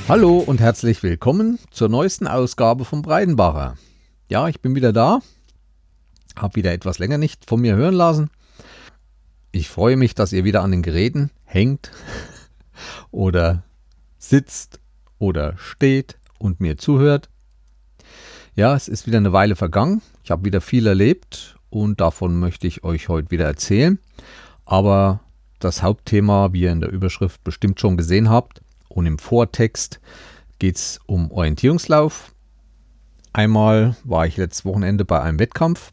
Hallo und herzlich willkommen zur neuesten Ausgabe vom Breidenbacher. Ja, ich bin wieder da, habe wieder etwas länger nicht von mir hören lassen. Ich freue mich, dass ihr wieder an den Geräten hängt oder sitzt oder steht und mir zuhört. Ja, es ist wieder eine Weile vergangen. Ich habe wieder viel erlebt und davon möchte ich euch heute wieder erzählen. Aber das Hauptthema, wie ihr in der Überschrift bestimmt schon gesehen habt und im Vortext, geht es um Orientierungslauf. Einmal war ich letztes Wochenende bei einem Wettkampf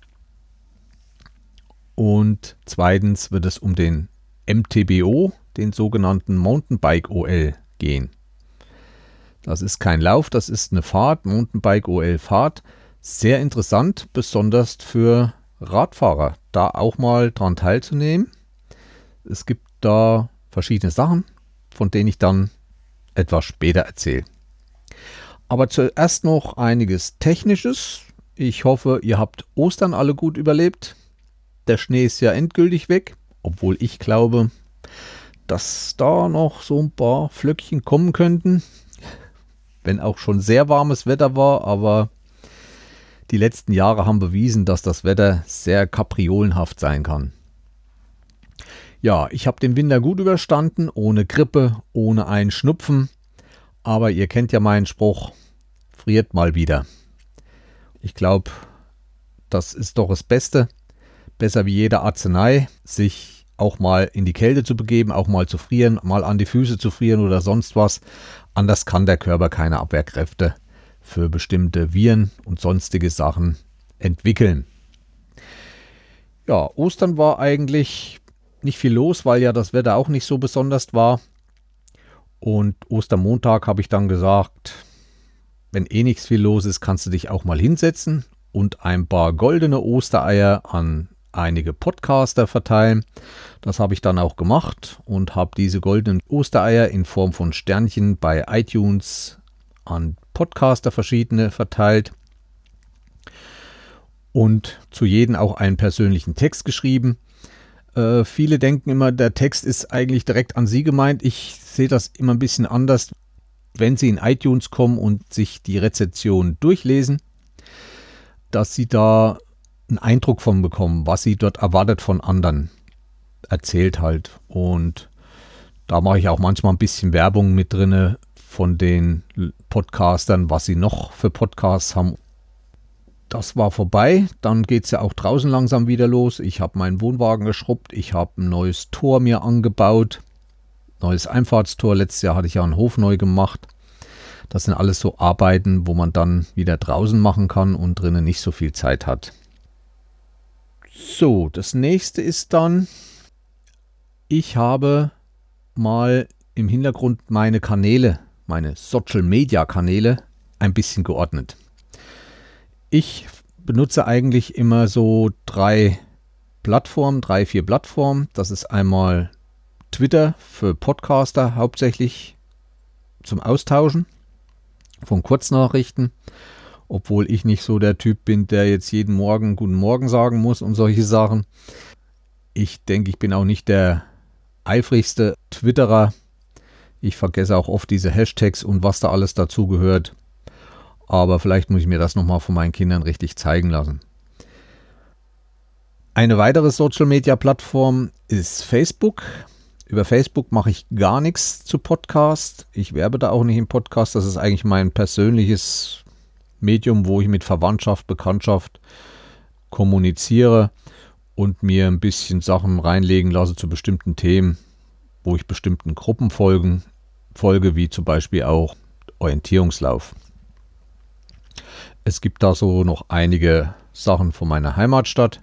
und zweitens wird es um den MTBO, den sogenannten Mountainbike OL, gehen. Das ist kein Lauf, das ist eine Fahrt, Mountainbike OL Fahrt. Sehr interessant, besonders für Radfahrer, da auch mal dran teilzunehmen. Es gibt da verschiedene Sachen, von denen ich dann etwas später erzähle. Aber zuerst noch einiges Technisches. Ich hoffe, ihr habt Ostern alle gut überlebt. Der Schnee ist ja endgültig weg, obwohl ich glaube, dass da noch so ein paar Flöckchen kommen könnten. Wenn auch schon sehr warmes Wetter war, aber die letzten Jahre haben bewiesen, dass das Wetter sehr kapriolenhaft sein kann. Ja, ich habe den Winter gut überstanden, ohne Grippe, ohne einen Schnupfen. Aber ihr kennt ja meinen Spruch, friert mal wieder. Ich glaube, das ist doch das Beste. Besser wie jede Arznei, sich auch mal in die Kälte zu begeben, auch mal zu frieren, mal an die Füße zu frieren oder sonst was. Anders kann der Körper keine Abwehrkräfte für bestimmte Viren und sonstige Sachen entwickeln. Ja, Ostern war eigentlich nicht viel los, weil ja das Wetter auch nicht so besonders war. Und Ostermontag habe ich dann gesagt, wenn eh nichts viel los ist, kannst du dich auch mal hinsetzen und ein paar goldene Ostereier an einige Podcaster verteilen. Das habe ich dann auch gemacht und habe diese goldenen Ostereier in Form von Sternchen bei iTunes an Podcaster verschiedene verteilt und zu jedem auch einen persönlichen Text geschrieben. Viele denken immer, der Text ist eigentlich direkt an Sie gemeint. Ich sehe das immer ein bisschen anders, wenn Sie in iTunes kommen und sich die Rezension durchlesen, dass Sie da einen Eindruck von bekommen, was Sie dort erwartet von anderen. Erzählt halt. Und da mache ich auch manchmal ein bisschen Werbung mit drin von den Podcastern, was sie noch für Podcasts haben. Das war vorbei, dann geht es ja auch draußen langsam wieder los. Ich habe meinen Wohnwagen geschrubbt, ich habe ein neues Tor mir angebaut, neues Einfahrtstor. Letztes Jahr hatte ich ja einen Hof neu gemacht. Das sind alles so Arbeiten, wo man dann wieder draußen machen kann und drinnen nicht so viel Zeit hat. So, das nächste ist dann, ich habe mal im Hintergrund meine Kanäle, meine Social Media Kanäle ein bisschen geordnet. Ich benutze eigentlich immer so 3, 4 Plattformen. Das ist einmal Twitter für Podcaster, hauptsächlich zum Austauschen von Kurznachrichten. Obwohl ich nicht so der Typ bin, der jetzt jeden Morgen Guten Morgen sagen muss und solche Sachen. Ich denke, ich bin auch nicht der eifrigste Twitterer. Ich vergesse auch oft diese Hashtags und was da alles dazu gehört. Aber vielleicht muss ich mir das nochmal von meinen Kindern richtig zeigen lassen. Eine weitere Social-Media-Plattform ist Facebook. Über Facebook mache ich gar nichts zu Podcast. Ich werbe da auch nicht im Podcast. Das ist eigentlich mein persönliches Medium, wo ich mit Verwandtschaft, Bekanntschaft kommuniziere und mir ein bisschen Sachen reinlegen lasse zu bestimmten Themen, wo ich bestimmten Gruppen folge, wie zum Beispiel auch Orientierungslauf. Es gibt da so noch einige Sachen von meiner Heimatstadt.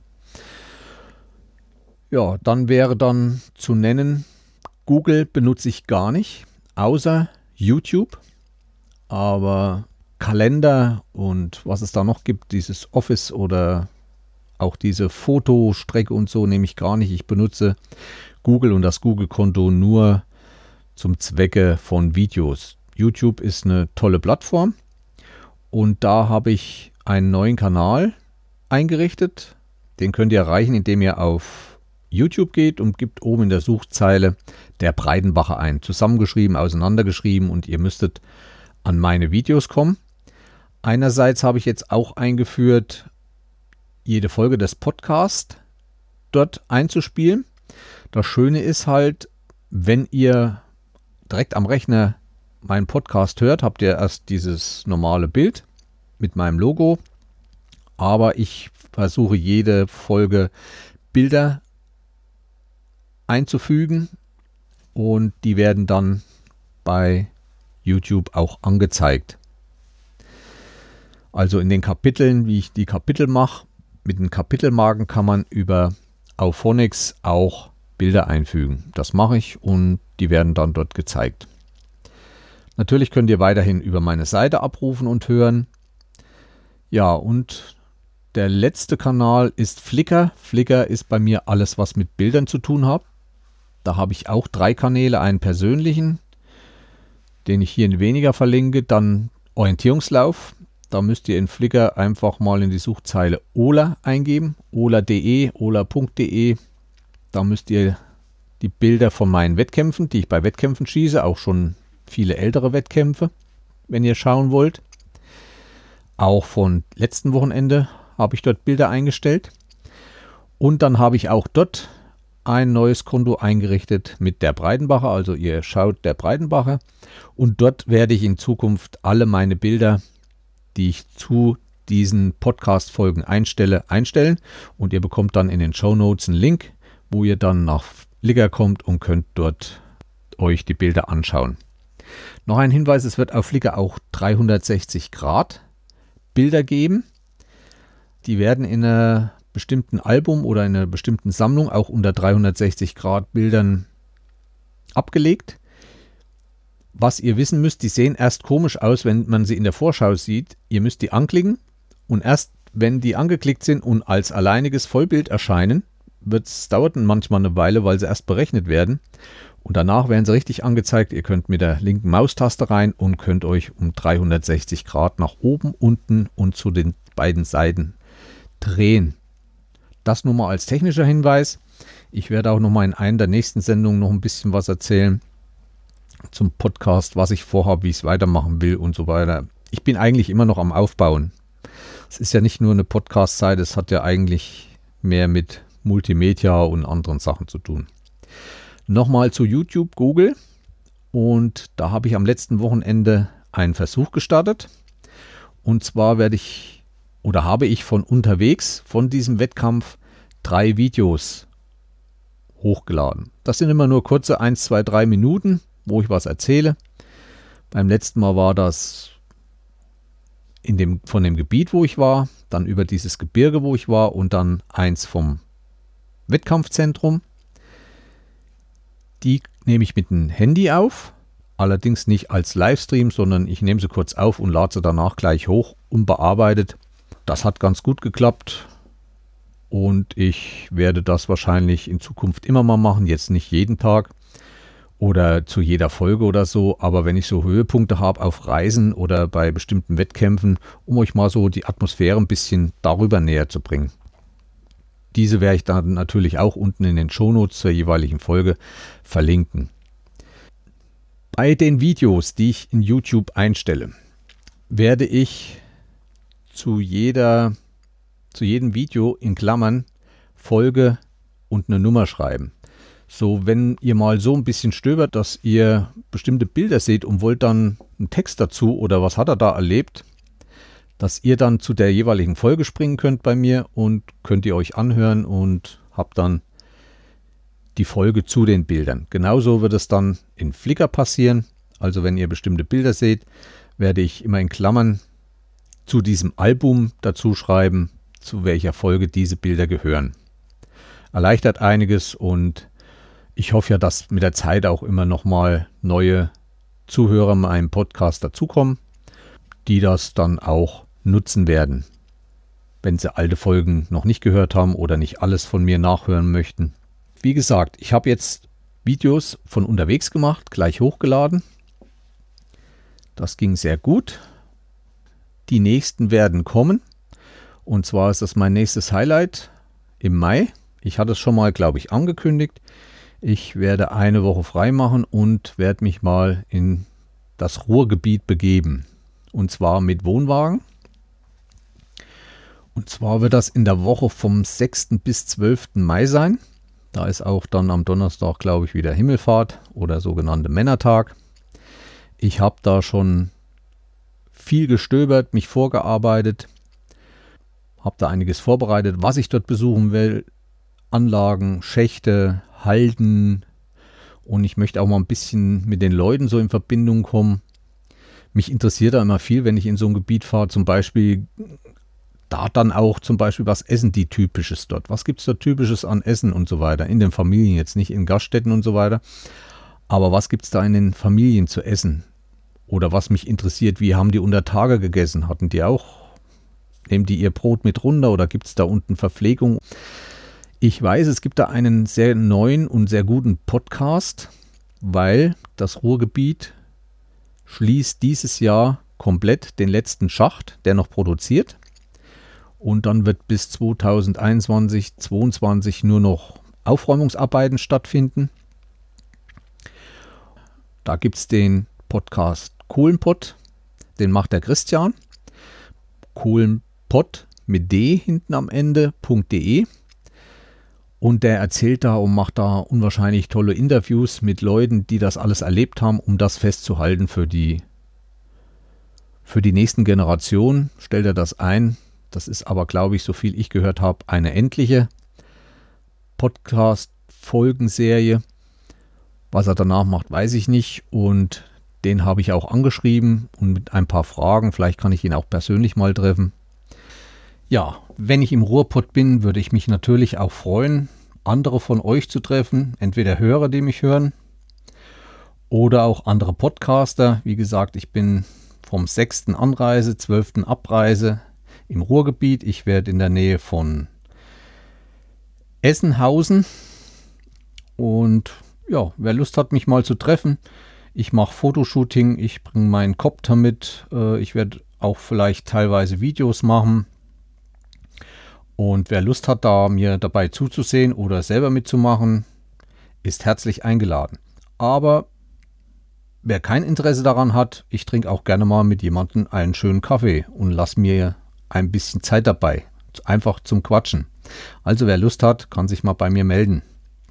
Ja, dann wäre dann zu nennen, Google benutze ich gar nicht, außer YouTube. Aber Kalender und was es da noch gibt, dieses Office oder auch diese Fotostrecke und so nehme ich gar nicht. Ich benutze Google und das Google-Konto nur zum Zwecke von Videos. YouTube ist eine tolle Plattform. Und da habe ich einen neuen Kanal eingerichtet. Den könnt ihr erreichen, indem ihr auf YouTube geht und gibt oben in der Suchzeile der Breidenbacher ein. Zusammengeschrieben, auseinandergeschrieben und ihr müsstet an meine Videos kommen. Einerseits habe ich jetzt auch eingeführt, jede Folge des Podcasts dort einzuspielen. Das Schöne ist halt, wenn ihr direkt am Rechner meinen Podcast hört, habt ihr erst dieses normale Bild mit meinem Logo. Aber ich versuche jede Folge Bilder einzufügen und die werden dann bei YouTube auch angezeigt. Also in den Kapiteln, wie ich die Kapitel mache, mit den Kapitelmarken kann man über Auphonics auch Bilder einfügen. Das mache ich und die werden dann dort gezeigt. Natürlich könnt ihr weiterhin über meine Seite abrufen und hören. Ja, und der letzte Kanal ist Flickr. Flickr ist bei mir alles, was mit Bildern zu tun hat. Da habe ich auch 3 Kanäle, einen persönlichen, den ich hier weniger verlinke, dann Orientierungslauf. Da müsst ihr in Flickr einfach mal in die Suchzeile Ola eingeben, ola.de, ola.de. Da müsst ihr die Bilder von meinen Wettkämpfen, die ich bei Wettkämpfen schieße, auch schon viele ältere Wettkämpfe, wenn ihr schauen wollt. Auch von letzten Wochenende habe ich dort Bilder eingestellt. Und dann habe ich auch dort ein neues Konto eingerichtet mit der Breidenbacher. Also ihr schaut der Breidenbacher. Und dort werde ich in Zukunft alle meine Bilder, die ich zu diesen Podcast-Folgen einstellen. Und ihr bekommt dann in den Shownotes einen Link, wo ihr dann nach Flickr kommt und könnt dort euch die Bilder anschauen. Noch ein Hinweis, es wird auf Flickr auch 360 Grad Bilder geben. Die werden in einer bestimmten Album oder in einer bestimmten Sammlung auch unter 360 Grad Bildern abgelegt. Was ihr wissen müsst, die sehen erst komisch aus, wenn man sie in der Vorschau sieht. Ihr müsst die anklicken und erst wenn die angeklickt sind und als alleiniges Vollbild erscheinen, dauert manchmal eine Weile, weil sie erst berechnet werden. Und danach werden sie richtig angezeigt. Ihr könnt mit der linken Maustaste rein und könnt euch um 360 Grad nach oben, unten und zu den beiden Seiten drehen. Das nur mal als technischer Hinweis. Ich werde auch noch mal in einer der nächsten Sendungen noch ein bisschen was erzählen zum Podcast, was ich vorhabe, wie ich es weitermachen will und so weiter. Ich bin eigentlich immer noch am Aufbauen. Es ist ja nicht nur eine Podcast-Seite, es hat ja eigentlich mehr mit Multimedia und anderen Sachen zu tun. Nochmal zu YouTube, Google. Und da habe ich am letzten Wochenende einen Versuch gestartet. Und zwar habe ich von unterwegs, von diesem Wettkampf, 3 Videos hochgeladen. Das sind immer nur kurze 1, 2, 3 Minuten, wo ich was erzähle. Beim letzten Mal war das von dem Gebiet, wo ich war, dann über dieses Gebirge, wo ich war und dann eins vom Wettkampfzentrum. Die nehme ich mit dem Handy auf, allerdings nicht als Livestream, sondern ich nehme sie kurz auf und lade sie danach gleich hoch, unbearbeitet. Das hat ganz gut geklappt und ich werde das wahrscheinlich in Zukunft immer mal machen, jetzt nicht jeden Tag oder zu jeder Folge oder so, aber wenn ich so Höhepunkte habe auf Reisen oder bei bestimmten Wettkämpfen, um euch mal so die Atmosphäre ein bisschen darüber näher zu bringen. Diese werde ich dann natürlich auch unten in den Shownotes zur jeweiligen Folge verlinken. Bei den Videos, die ich in YouTube einstelle, werde ich zu jedem Video in Klammern Folge und eine Nummer schreiben. So, wenn ihr mal so ein bisschen stöbert, dass ihr bestimmte Bilder seht und wollt dann einen Text dazu oder was hat er da erlebt, dass ihr dann zu der jeweiligen Folge springen könnt bei mir und könnt ihr euch anhören und habt dann die Folge zu den Bildern. Genauso wird es dann in Flickr passieren. Also wenn ihr bestimmte Bilder seht, werde ich immer in Klammern zu diesem Album dazu schreiben, zu welcher Folge diese Bilder gehören. Erleichtert einiges und ich hoffe ja, dass mit der Zeit auch immer nochmal neue Zuhörer in meinem Podcast dazukommen, die das dann auch nutzen werden, wenn sie alte Folgen noch nicht gehört haben oder nicht alles von mir nachhören möchten. Wie gesagt, ich habe jetzt Videos von unterwegs gemacht, gleich hochgeladen. Das ging sehr gut. Die nächsten werden kommen. Und zwar ist das mein nächstes Highlight im Mai. Ich hatte es schon mal, glaube ich, angekündigt. Ich werde eine Woche frei machen und werde mich mal in das Ruhrgebiet begeben. Und zwar mit Wohnwagen. Und zwar wird das in der Woche vom 6. bis 12. Mai sein. Da ist auch dann am Donnerstag, glaube ich, wieder Himmelfahrt oder sogenannte Männertag. Ich habe da schon viel gestöbert, mich vorgearbeitet, habe da einiges vorbereitet, was ich dort besuchen will. Anlagen, Schächte, Halden, und ich möchte auch mal ein bisschen mit den Leuten so in Verbindung kommen. Mich interessiert da immer viel, wenn ich in so ein Gebiet fahre, zum Beispiel da dann auch zum Beispiel, was essen die Typisches dort? Was gibt es da Typisches an Essen und so weiter? In den Familien, jetzt nicht in Gaststätten und so weiter. Aber was gibt es da in den Familien zu essen? Oder was mich interessiert, wie haben die unter Tage gegessen? Nehmen die ihr Brot mit runter oder gibt es da unten Verpflegung? Ich weiß, es gibt da einen sehr neuen und sehr guten Podcast, weil das Ruhrgebiet schließt dieses Jahr komplett den letzten Schacht, der noch produziert. Und dann wird bis 2021, 2022 nur noch Aufräumungsarbeiten stattfinden. Da gibt es den Podcast Kohlenpott, den macht der Christian. Kohlenpott mit D hinten am Ende.de. Und der erzählt da und macht da unwahrscheinlich tolle Interviews mit Leuten, die das alles erlebt haben, um das festzuhalten für die nächsten Generationen. Stellt er das ein. Das ist aber, glaube ich, so viel ich gehört habe, eine endliche Podcast-Folgenserie. Was er danach macht, weiß ich nicht. Und den habe ich auch angeschrieben und mit ein paar Fragen. Vielleicht kann ich ihn auch persönlich mal treffen. Ja, wenn ich im Ruhrpott bin, würde ich mich natürlich auch freuen, andere von euch zu treffen. Entweder Hörer, die mich hören, oder auch andere Podcaster. Wie gesagt, ich bin vom 6. Anreise, 12. Abreise im Ruhrgebiet. Ich werde in der Nähe von Essenhausen. Und ja, wer Lust hat, mich mal zu treffen, ich mache Fotoshooting, ich bringe meinen Copter mit. Ich werde auch vielleicht teilweise Videos machen. Und wer Lust hat, da mir dabei zuzusehen oder selber mitzumachen, ist herzlich eingeladen. Aber wer kein Interesse daran hat, ich trinke auch gerne mal mit jemandem einen schönen Kaffee und lasse mir ein bisschen Zeit dabei. Einfach zum Quatschen. Also wer Lust hat, kann sich mal bei mir melden.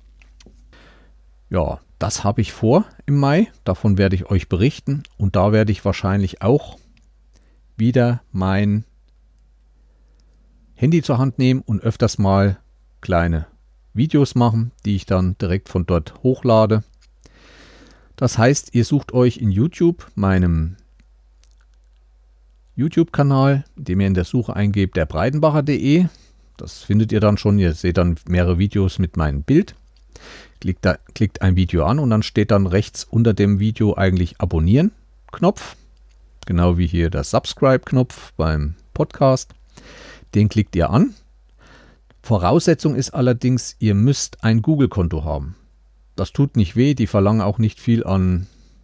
Ja, das habe ich vor im Mai. Davon werde ich euch berichten. Und da werde ich wahrscheinlich auch wieder mein Handy zur Hand nehmen und öfters mal kleine Videos machen, die ich dann direkt von dort hochlade. Das heißt, ihr sucht euch in YouTube, meinem YouTube-Kanal, indem ihr in der Suche eingebt, derbreitenbacher.de. Das findet ihr dann schon. Ihr seht dann mehrere Videos mit meinem Bild. Klickt ein Video an und dann steht dann rechts unter dem Video eigentlich Abonnieren-Knopf. Genau wie hier der Subscribe-Knopf beim Podcast. Den klickt ihr an. Voraussetzung ist allerdings, ihr müsst ein Google-Konto haben. Das tut nicht weh, die verlangen auch nicht viel an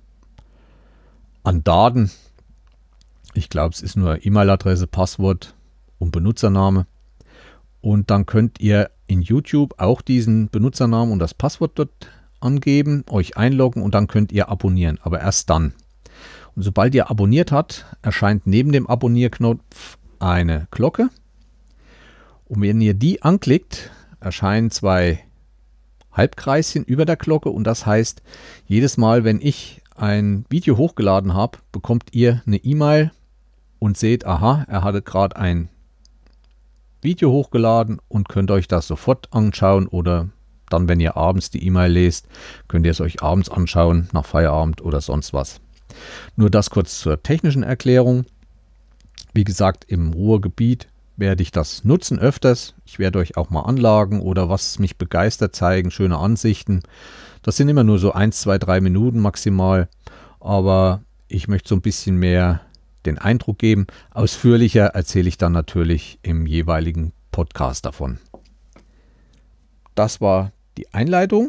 Daten. Ich glaube, es ist nur E-Mail-Adresse, Passwort und Benutzername. Und dann könnt ihr in YouTube auch diesen Benutzernamen und das Passwort dort angeben, euch einloggen und dann könnt ihr abonnieren, aber erst dann. Und sobald ihr abonniert habt, erscheint neben dem Abonnierknopf eine Glocke. Und wenn ihr die anklickt, erscheinen 2 Halbkreischen über der Glocke und das heißt, jedes Mal, wenn ich ein Video hochgeladen habe, bekommt ihr eine E-Mail und seht, aha, er hatte gerade ein Video hochgeladen und könnt euch das sofort anschauen oder dann, wenn ihr abends die E-Mail lest, könnt ihr es euch abends anschauen, nach Feierabend oder sonst was. Nur das kurz zur technischen Erklärung. Wie gesagt, im Ruhrgebiet werde ich das nutzen öfters. Ich werde euch auch mal Anlagen oder was mich begeistert zeigen, schöne Ansichten. Das sind immer nur so 1, 2, 3 Minuten maximal, aber ich möchte so ein bisschen mehr den Eindruck geben. Ausführlicher erzähle ich dann natürlich im jeweiligen Podcast davon. Das war die Einleitung.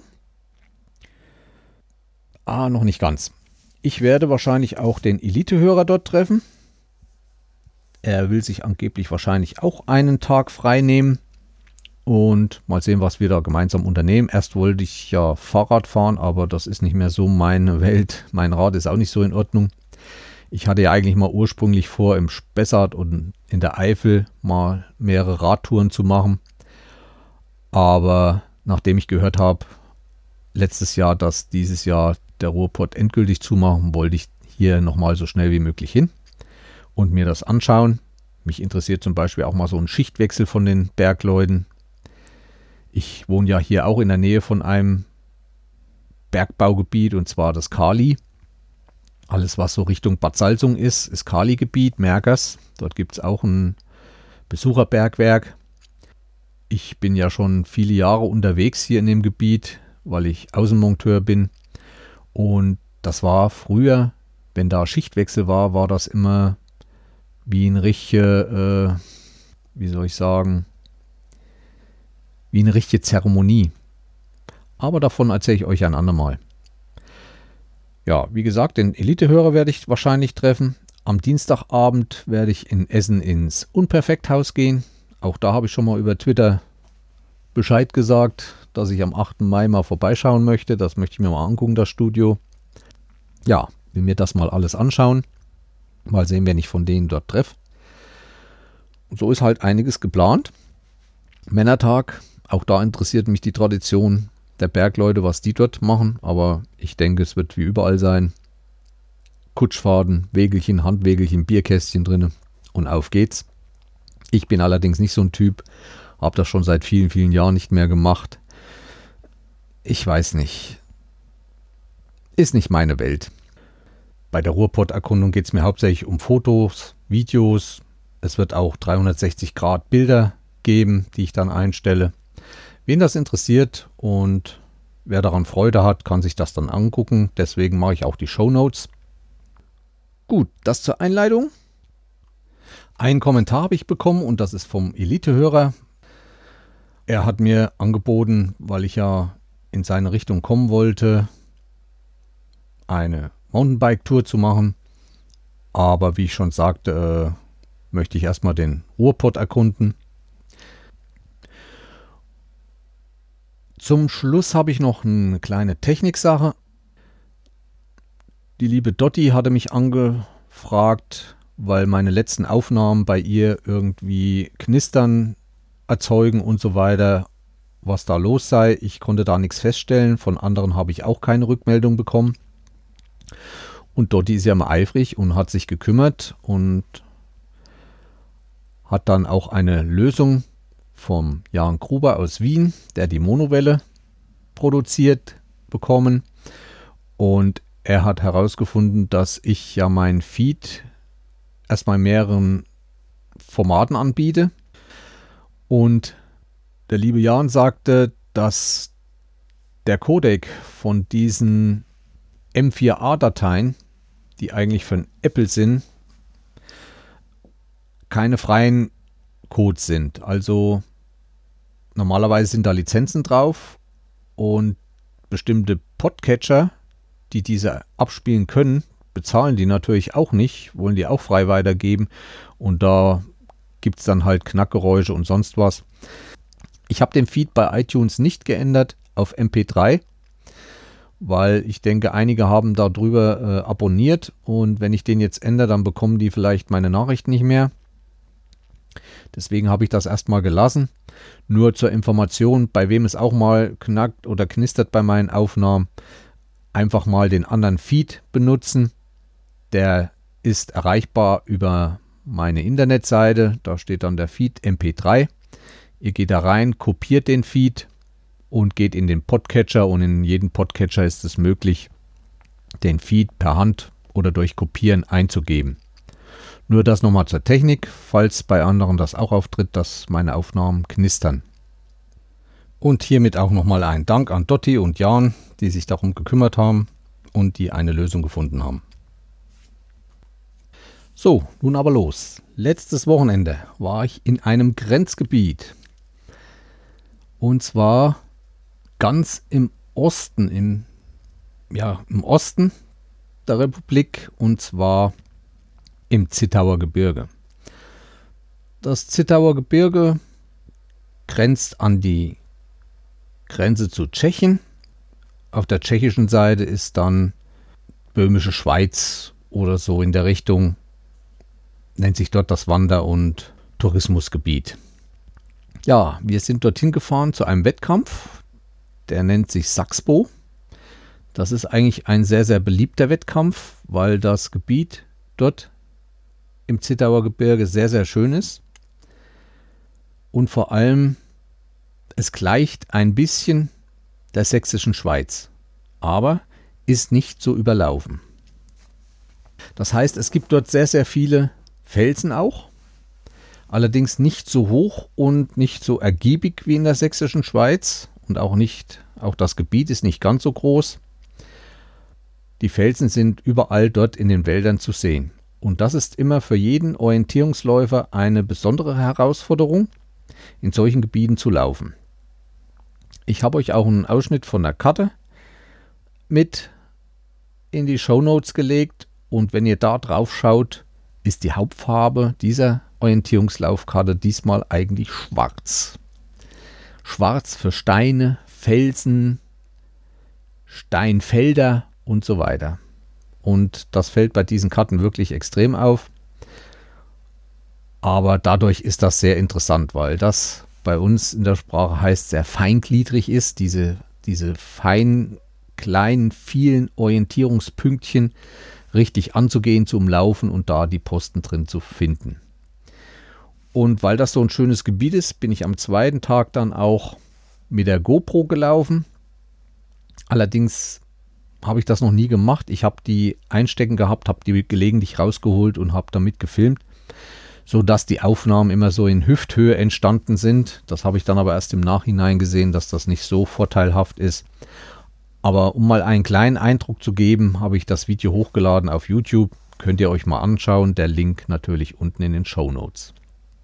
Noch nicht ganz. Ich werde wahrscheinlich auch den Elite-Hörer dort treffen. Er will sich angeblich wahrscheinlich auch einen Tag frei nehmen und mal sehen, was wir da gemeinsam unternehmen. Erst wollte ich ja Fahrrad fahren, aber das ist nicht mehr so meine Welt. Mein Rad ist auch nicht so in Ordnung. Ich hatte ja eigentlich mal ursprünglich vor, im Spessart und in der Eifel mal mehrere Radtouren zu machen. Aber nachdem ich gehört habe, letztes Jahr, dass dieses Jahr der Ruhrpott endgültig zumachen, wollte ich hier nochmal so schnell wie möglich hin und mir das anschauen. Mich interessiert zum Beispiel auch mal so ein Schichtwechsel von den Bergleuten. Ich wohne ja hier auch in der Nähe von einem Bergbaugebiet, und zwar das Kali. Alles, was so Richtung Bad Salzung ist Kali-Gebiet, Mergers. Dort gibt es auch ein Besucherbergwerk. Ich bin ja schon viele Jahre unterwegs hier in dem Gebiet, weil ich Außenmonteur bin. Und das war früher, wenn da Schichtwechsel war das immer wie eine richtige, wie eine richtige Zeremonie. Aber davon erzähle ich euch ein andermal. Ja, wie gesagt, den Elitehörer werde ich wahrscheinlich treffen. Am Dienstagabend werde ich in Essen ins Unperfekthaus gehen. Auch da habe ich schon mal über Twitter Bescheid gesagt, dass ich am 8. Mai mal vorbeischauen möchte. Das möchte ich mir mal angucken, das Studio. Ja, will mir das mal alles anschauen. Mal sehen, wen ich von denen dort treffe. Und so ist halt einiges geplant. Männertag, auch da interessiert mich die Tradition der Bergleute, was die dort machen. Aber ich denke, es wird wie überall sein. Kutschfahrten, Wägelchen, Handwägelchen, Bierkästchen drin und auf geht's. Ich bin allerdings nicht so ein Typ, habe das schon seit vielen, vielen Jahren nicht mehr gemacht. Ich weiß nicht. Ist nicht meine Welt. Bei der Ruhrpott-Erkundung geht es mir hauptsächlich um Fotos, Videos. Es wird auch 360 Grad Bilder geben, die ich dann einstelle. Wen das interessiert und wer daran Freude hat, kann sich das dann angucken. Deswegen mache ich auch die Shownotes. Gut, das zur Einleitung. Einen Kommentar habe ich bekommen und das ist vom Elitehörer. Er hat mir angeboten, weil ich ja in seine Richtung kommen wollte, eine Mountainbike-Tour zu machen. Aber wie ich schon sagte, möchte ich erstmal den Ruhrpott erkunden. Zum Schluss habe ich noch eine kleine Techniksache. Die liebe Dotti hatte mich angefragt, weil meine letzten Aufnahmen bei ihr irgendwie Knistern erzeugen und so weiter, was da los sei. Ich konnte da nichts feststellen. Von anderen habe ich auch keine Rückmeldung bekommen. Und Dotti ist ja mal eifrig und hat sich gekümmert und hat dann auch eine Lösung vom Jan Gruber aus Wien, der die Monowelle produziert, bekommen. Und er hat herausgefunden, dass ich ja mein Feed erstmal mehreren Formaten anbiete. Und der liebe Jan sagte, dass der Codec von diesen M4A-Dateien, die eigentlich von Apple sind, keine freien Codes sind. Also normalerweise sind da Lizenzen drauf und bestimmte Podcatcher, die diese abspielen können, bezahlen die natürlich auch nicht, wollen die auch frei weitergeben und da gibt es dann halt Knackgeräusche und sonst was. Ich habe den Feed bei iTunes nicht geändert auf MP3, weil ich denke, einige haben darüber abonniert und wenn ich den jetzt ändere, dann bekommen die vielleicht meine Nachricht nicht mehr. Deswegen habe ich das erstmal gelassen. Nur zur Information, bei wem es auch mal knackt oder knistert bei meinen Aufnahmen, einfach mal den anderen Feed benutzen. Der ist erreichbar über meine Internetseite. Da steht dann der Feed MP3. Ihr geht da rein, kopiert den Feed und geht in den Podcatcher. Und in jedem Podcatcher ist es möglich, den Feed per Hand oder durch Kopieren einzugeben. Nur das nochmal zur Technik, falls bei anderen das auch auftritt, dass meine Aufnahmen knistern. Und hiermit auch nochmal ein Dank an Dotti und Jan, die sich darum gekümmert haben und die eine Lösung gefunden haben. So, nun aber los. Letztes Wochenende war ich in einem Grenzgebiet. Und zwar ganz im Osten, im Osten der Republik, und zwar im Zittauer Gebirge. Das Zittauer Gebirge grenzt an die Grenze zu Tschechien. Auf der tschechischen Seite ist dann Böhmische Schweiz oder so in der Richtung, nennt sich dort das Wander- und Tourismusgebiet. Ja, wir sind dorthin gefahren zu einem Wettkampf, der nennt sich Saxbo. Das ist eigentlich ein sehr, sehr beliebter Wettkampf, weil das Gebiet dort im Zittauer Gebirge sehr, sehr schön ist. Und vor allem, es gleicht ein bisschen der sächsischen Schweiz, aber ist nicht so überlaufen. Das heißt, es gibt dort sehr, sehr viele Felsen auch, allerdings nicht so hoch und nicht so ergiebig wie in der sächsischen Schweiz und auch das Gebiet ist nicht ganz so groß. Die Felsen sind überall dort in den Wäldern zu sehen. Und das ist immer für jeden Orientierungsläufer eine besondere Herausforderung, in solchen Gebieten zu laufen. Ich habe euch auch einen Ausschnitt von der Karte mit in die Shownotes gelegt und wenn ihr da drauf schaut, ist die Hauptfarbe dieser Orientierungslaufkarte diesmal eigentlich schwarz. Schwarz für Steine, Felsen, Steinfelder und so weiter. Und das fällt bei diesen Karten wirklich extrem auf. Aber dadurch ist das sehr interessant, weil das bei uns in der Sprache heißt, sehr feingliedrig ist. Diese feinen, kleinen, vielen Orientierungspünktchen richtig anzugehen, zu umlaufen und da die Posten drin zu finden. Und weil das so ein schönes Gebiet ist, bin ich am zweiten Tag dann auch mit der GoPro gelaufen. Allerdings habe ich das noch nie gemacht. Ich habe die einstecken gehabt, habe die gelegentlich rausgeholt und habe damit gefilmt, sodass die Aufnahmen immer so in Hüfthöhe entstanden sind. Das habe ich dann aber erst im Nachhinein gesehen, dass das nicht so vorteilhaft ist. Aber um mal einen kleinen Eindruck zu geben, habe ich das Video hochgeladen auf YouTube. Könnt ihr euch mal anschauen. Der Link natürlich unten in den Shownotes.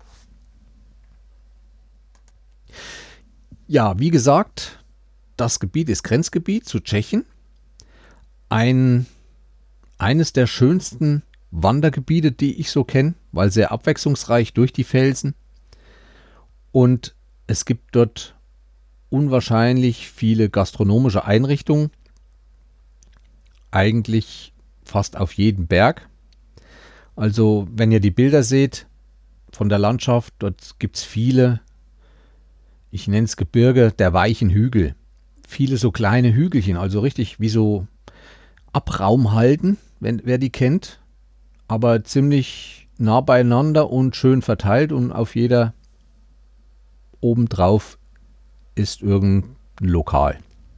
Ja, wie gesagt, das Gebiet ist Grenzgebiet zu Tschechien. Eines der schönsten Wandergebiete, die ich so kenne, weil sehr abwechslungsreich durch die Felsen. Und es gibt dort unwahrscheinlich viele gastronomische Einrichtungen. Eigentlich fast auf jedem Berg. Also wenn ihr die Bilder seht von der Landschaft, dort gibt es viele, ich nenne es Gebirge der weichen Hügel. Viele so kleine Hügelchen, also richtig wie so Abraumhalden, wer die kennt, aber ziemlich nah beieinander und schön verteilt und auf jeder obendrauf ist irgendein Lokal.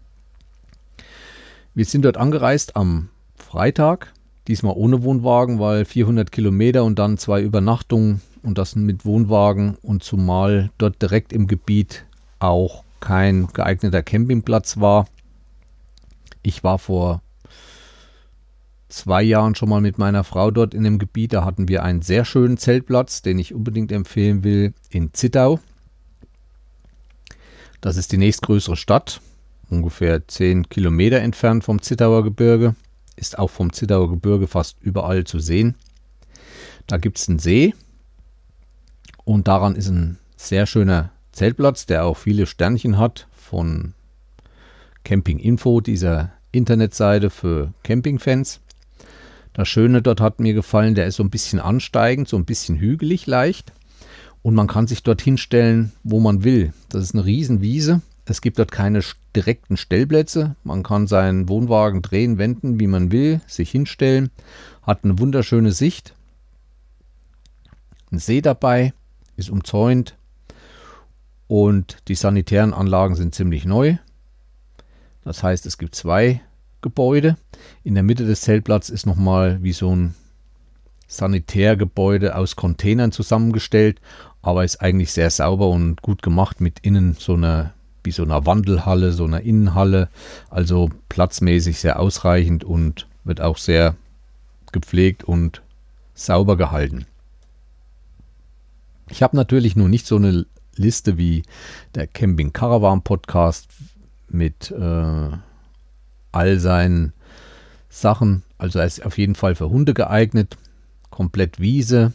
Wir sind dort angereist am Freitag, diesmal ohne Wohnwagen, weil 400 Kilometer und dann 2 Übernachtungen und das mit Wohnwagen und zumal dort direkt im Gebiet auch kein geeigneter Campingplatz war. Ich war vor 2 Jahren schon mal mit meiner Frau dort in dem Gebiet. Da hatten wir einen sehr schönen Zeltplatz, den ich unbedingt empfehlen will, in Zittau. Das ist die nächstgrößere Stadt, ungefähr 10 Kilometer entfernt vom Zittauer Gebirge. Ist auch vom Zittauer Gebirge fast überall zu sehen. Da gibt es einen See und daran ist ein sehr schöner Zeltplatz, der auch viele Sternchen hat von Camping Info, dieser Internetseite für Campingfans. Das Schöne dort hat mir gefallen, der ist so ein bisschen ansteigend, so ein bisschen hügelig leicht und man kann sich dort hinstellen, wo man will. Das ist eine Riesenwiese. Es gibt dort keine direkten Stellplätze. Man kann seinen Wohnwagen drehen, wenden, wie man will, sich hinstellen. Hat eine wunderschöne Sicht. Ein See dabei, ist umzäunt und die sanitären Anlagen sind ziemlich neu. Das heißt, es gibt 2 Gebäude. In der Mitte des Zeltplatzes ist nochmal wie so ein Sanitärgebäude aus Containern zusammengestellt, aber ist eigentlich sehr sauber und gut gemacht mit innen so einer Wandelhalle, so einer Innenhalle, also platzmäßig sehr ausreichend und wird auch sehr gepflegt und sauber gehalten. Ich habe natürlich nur nicht so eine Liste wie der Camping Caravan Podcast mit all seinen Sachen. Also er ist auf jeden Fall für Hunde geeignet. Komplett Wiese.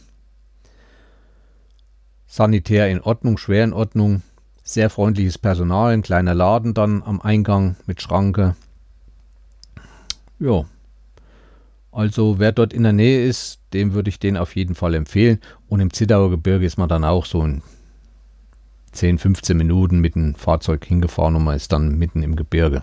Sanitär in Ordnung, schwer in Ordnung. Sehr freundliches Personal. Ein kleiner Laden dann am Eingang mit Schranke. Ja. Also wer dort in der Nähe ist, dem würde ich den auf jeden Fall empfehlen. Und im Zittauer Gebirge ist man dann auch so in 10, 15 Minuten mit dem Fahrzeug hingefahren und man ist dann mitten im Gebirge.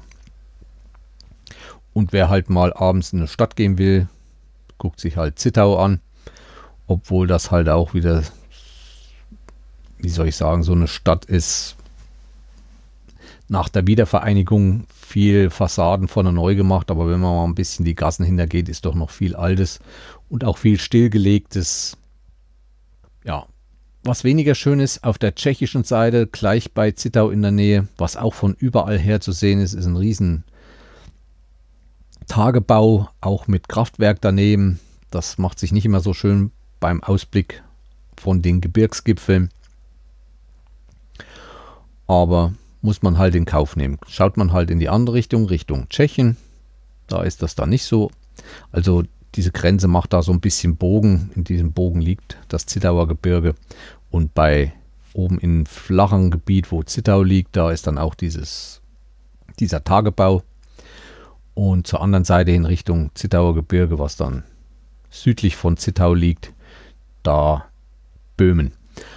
Und wer halt mal abends in eine Stadt gehen will, guckt sich halt Zittau an. Obwohl das halt auch wieder, wie soll ich sagen, so eine Stadt ist. Nach der Wiedervereinigung viel Fassaden vorne neu gemacht, aber wenn man mal ein bisschen die Gassen hintergeht, ist doch noch viel Altes und auch viel Stillgelegtes. Ja, was weniger schön ist, auf der tschechischen Seite, gleich bei Zittau in der Nähe, was auch von überall her zu sehen ist, ist ein riesen Tagebau, auch mit Kraftwerk daneben. Das macht sich nicht immer so schön beim Ausblick von den Gebirgsgipfeln. Aber muss man halt in Kauf nehmen. Schaut man halt in die andere Richtung, Richtung Tschechien, da ist das dann nicht so. Also diese Grenze macht da so ein bisschen Bogen. In diesem Bogen liegt das Zittauer Gebirge. Und bei oben im flachen Gebiet, wo Zittau liegt, da ist dann auch dieser Tagebau. Und zur anderen Seite in Richtung Zittauer Gebirge, was dann südlich von Zittau liegt, da Böhmen.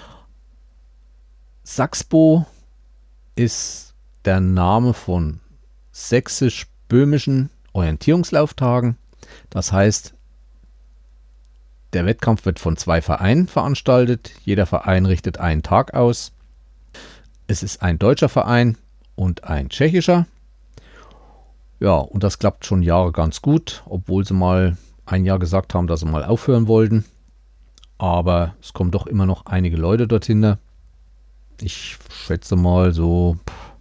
Saxbo ist der Name von sächsisch-böhmischen Orientierungslauftagen. Das heißt, der Wettkampf wird von 2 Vereinen veranstaltet. Jeder Verein richtet einen Tag aus. Es ist ein deutscher Verein und ein tschechischer. Ja, und das klappt schon Jahre ganz gut, obwohl sie mal ein Jahr gesagt haben, dass sie mal aufhören wollten. Aber es kommen doch immer noch einige Leute dorthin. Ich schätze mal so,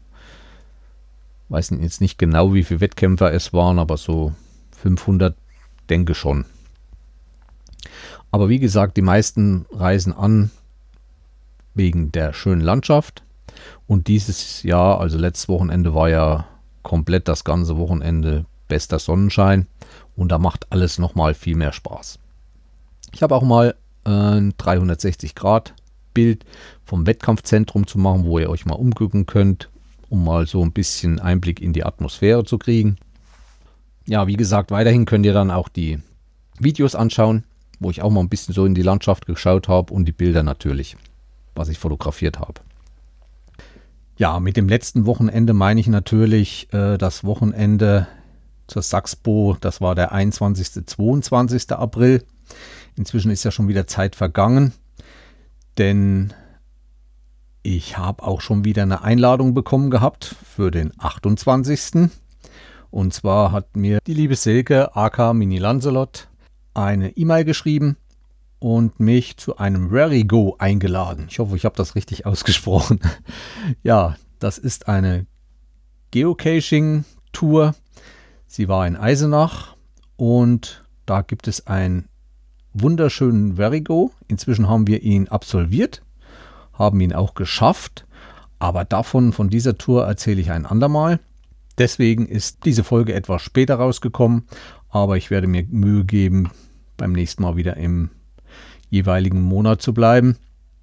weiß jetzt nicht genau, wie viele Wettkämpfer es waren, aber so 500 denke schon. Aber wie gesagt, die meisten reisen an wegen der schönen Landschaft. Und dieses Jahr, also letztes Wochenende, war ja komplett das ganze Wochenende bester Sonnenschein. Und da macht alles nochmal viel mehr Spaß. Ich habe auch mal ein 360-Grad-Bild vom Wettkampfzentrum zu machen, wo ihr euch mal umgucken könnt, um mal so ein bisschen Einblick in die Atmosphäre zu kriegen. Ja, wie gesagt, weiterhin könnt ihr dann auch die Videos anschauen, wo ich auch mal ein bisschen so in die Landschaft geschaut habe und die Bilder natürlich, was ich fotografiert habe. Ja, mit dem letzten Wochenende meine ich natürlich das Wochenende zur Saxbo. Das war der 21. 22. April. Inzwischen ist ja schon wieder Zeit vergangen, denn ich habe auch schon wieder eine Einladung bekommen gehabt für den 28. Und zwar hat mir die liebe Silke aka Mini Lancelot eine E-Mail geschrieben und mich zu einem Rarigo eingeladen. Ich hoffe, ich habe das richtig ausgesprochen. Ja, das ist eine Geocaching-Tour. Sie war in Eisenach und da gibt es einen wunderschönen Rarigo. Inzwischen haben wir ihn absolviert, haben ihn auch geschafft, aber von dieser Tour erzähle ich ein andermal. Deswegen ist diese Folge etwas später rausgekommen, aber ich werde mir Mühe geben, beim nächsten Mal wieder im jeweiligen Monat zu bleiben.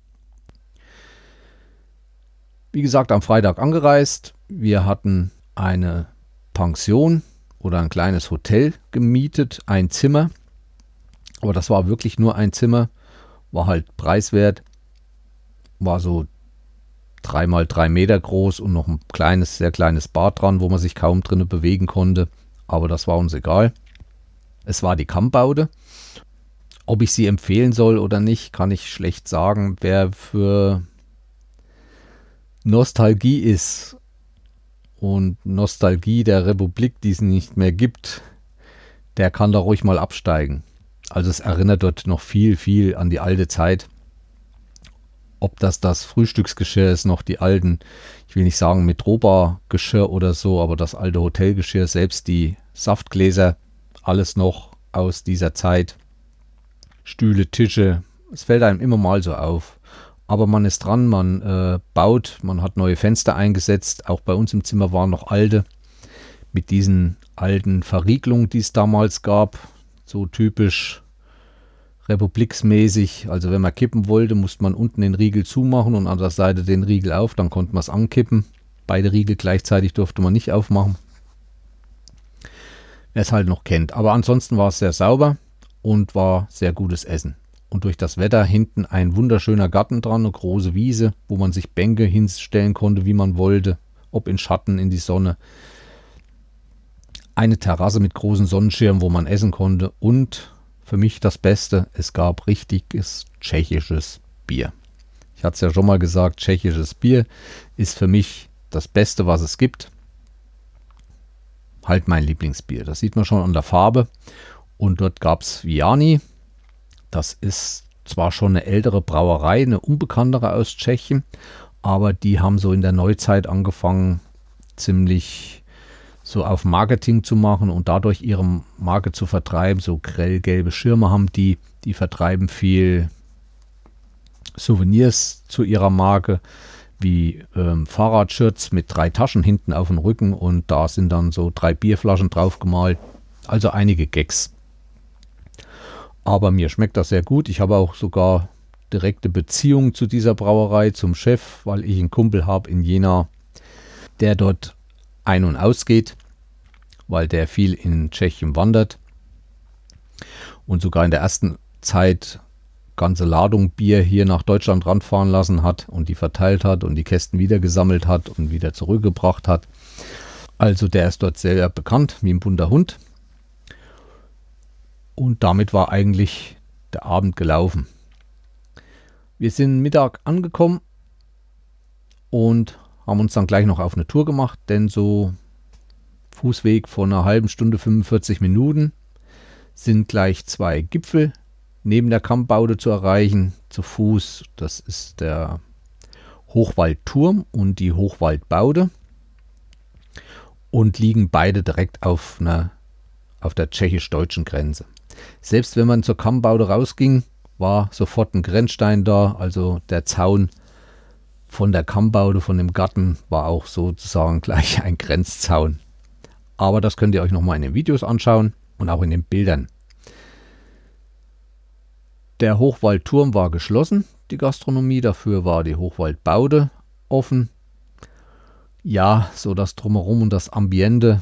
Wie gesagt, am Freitag angereist. Wir hatten eine Pension oder ein kleines Hotel gemietet, ein Zimmer. Aber das war wirklich nur ein Zimmer, war halt preiswert, war so 3x3 Meter groß und noch ein sehr kleines Bad dran, wo man sich kaum drinnen bewegen konnte. Aber das war uns egal. Es war die Kammbaude. Ob ich sie empfehlen soll oder nicht, kann ich schlecht sagen. Wer für Nostalgie ist und Nostalgie der Republik, die es nicht mehr gibt, der kann da ruhig mal absteigen. Also es erinnert dort noch viel an die alte Zeit. Ob das Frühstücksgeschirr ist, noch die alten, ich will nicht sagen Metropa-Geschirr oder so, aber das alte Hotelgeschirr, selbst die Saftgläser, alles noch aus dieser Zeit. Stühle, Tische, es fällt einem immer mal so auf. Aber man ist dran, man baut, man hat neue Fenster eingesetzt. Auch bei uns im Zimmer waren noch alte, mit diesen alten Verriegelungen, die es damals gab. So typisch republiksmäßig. Also wenn man kippen wollte, musste man unten den Riegel zumachen und an der Seite den Riegel auf. Dann konnte man es ankippen. Beide Riegel gleichzeitig durfte man nicht aufmachen. wer es halt noch kennt. Aber ansonsten war es sehr sauber und war sehr gutes Essen. Und durch das Wetter hinten ein wunderschöner Garten dran, eine große Wiese, wo man sich Bänke hinstellen konnte, wie man wollte, ob in Schatten, in die Sonne. Eine Terrasse mit großen Sonnenschirmen, wo man essen konnte. Und für mich das Beste, es gab richtiges tschechisches Bier. Ich hatte es ja schon mal gesagt, tschechisches Bier ist für mich das Beste, was es gibt. Halt mein Lieblingsbier. Das sieht man schon an der Farbe. Und dort gab es Viani. Das ist zwar schon eine ältere Brauerei, eine unbekanntere aus Tschechien, aber die haben so in der Neuzeit angefangen, ziemlich so auf Marketing zu machen und dadurch ihre Marke zu vertreiben. So grellgelbe Schirme haben die vertreiben viel Souvenirs zu ihrer Marke, wie Fahrradshirts mit 3 Taschen hinten auf dem Rücken und da sind dann so 3 Bierflaschen drauf gemalt. Also einige Gags. Aber mir schmeckt das sehr gut. Ich habe auch sogar direkte Beziehungen zu dieser Brauerei, zum Chef, weil ich einen Kumpel habe in Jena, der dort ein- und ausgeht, weil der viel in Tschechien wandert und sogar in der ersten Zeit ganze Ladung Bier hier nach Deutschland ranfahren lassen hat und die verteilt hat und die Kästen wieder gesammelt hat und wieder zurückgebracht hat. Also der ist dort sehr bekannt, wie ein bunter Hund. Und damit war eigentlich der Abend gelaufen. Wir sind Mittag angekommen und haben uns dann gleich noch auf eine Tour gemacht, denn so Fußweg von einer halben Stunde, 45 Minuten, sind gleich 2 Gipfel neben der Kammbaude zu erreichen, zu Fuß. Das ist der Hochwaldturm und die Hochwaldbaude und liegen beide direkt auf der tschechisch-deutschen Grenze. Selbst wenn man zur Kammbaude rausging, war sofort ein Grenzstein da, also der Zaun von der Kammbaude, von dem Garten, war auch sozusagen gleich ein Grenzzaun. Aber das könnt ihr euch nochmal in den Videos anschauen und auch in den Bildern. Der Hochwaldturm war geschlossen, die Gastronomie, dafür war die Hochwaldbaude offen. Ja, so das Drumherum und das Ambiente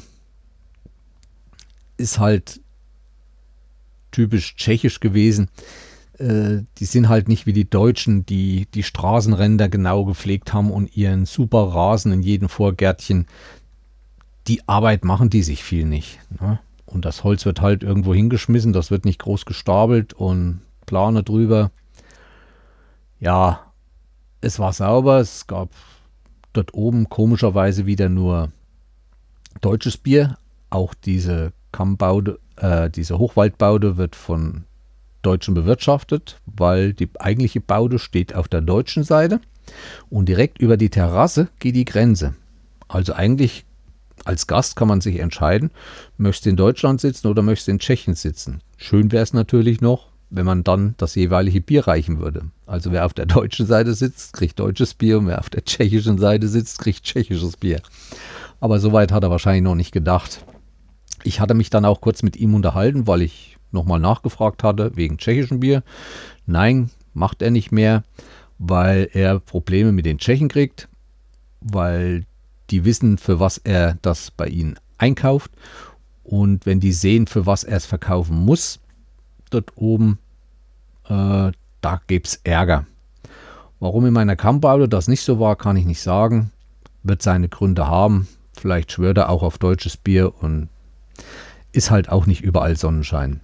ist halt typisch tschechisch gewesen. Die sind halt nicht wie die Deutschen, die die Straßenränder genau gepflegt haben und ihren super Rasen in jedem Vorgärtchen. Die Arbeit machen die sich viel nicht. Ne? Und das Holz wird halt irgendwo hingeschmissen, das wird nicht groß gestapelt und Plane drüber. Ja, es war sauber, es gab dort oben komischerweise wieder nur deutsches Bier. Auch diese Kammbaude, diese Hochwaldbaude wird von Deutschen bewirtschaftet, weil die eigentliche Baude steht auf der deutschen Seite und direkt über die Terrasse geht die Grenze. Also eigentlich als Gast kann man sich entscheiden, möchtest du in Deutschland sitzen oder möchtest du in Tschechien sitzen. Schön wäre es natürlich noch, wenn man dann das jeweilige Bier reichen würde. Also wer auf der deutschen Seite sitzt, kriegt deutsches Bier und wer auf der tschechischen Seite sitzt, kriegt tschechisches Bier. Aber soweit hat er wahrscheinlich noch nicht gedacht. Ich hatte mich dann auch kurz mit ihm unterhalten, weil ich nochmal nachgefragt hatte wegen tschechischem Bier. Nein, macht er nicht mehr, weil er Probleme mit den Tschechen kriegt, weil die wissen, für was er das bei ihnen einkauft. Und wenn die sehen, für was er es verkaufen muss, dort oben, da gibt es Ärger. Warum in meiner Kammbaude das nicht so war, kann ich nicht sagen. Wird seine Gründe haben. Vielleicht schwört er auch auf deutsches Bier und ist halt auch nicht überall Sonnenschein.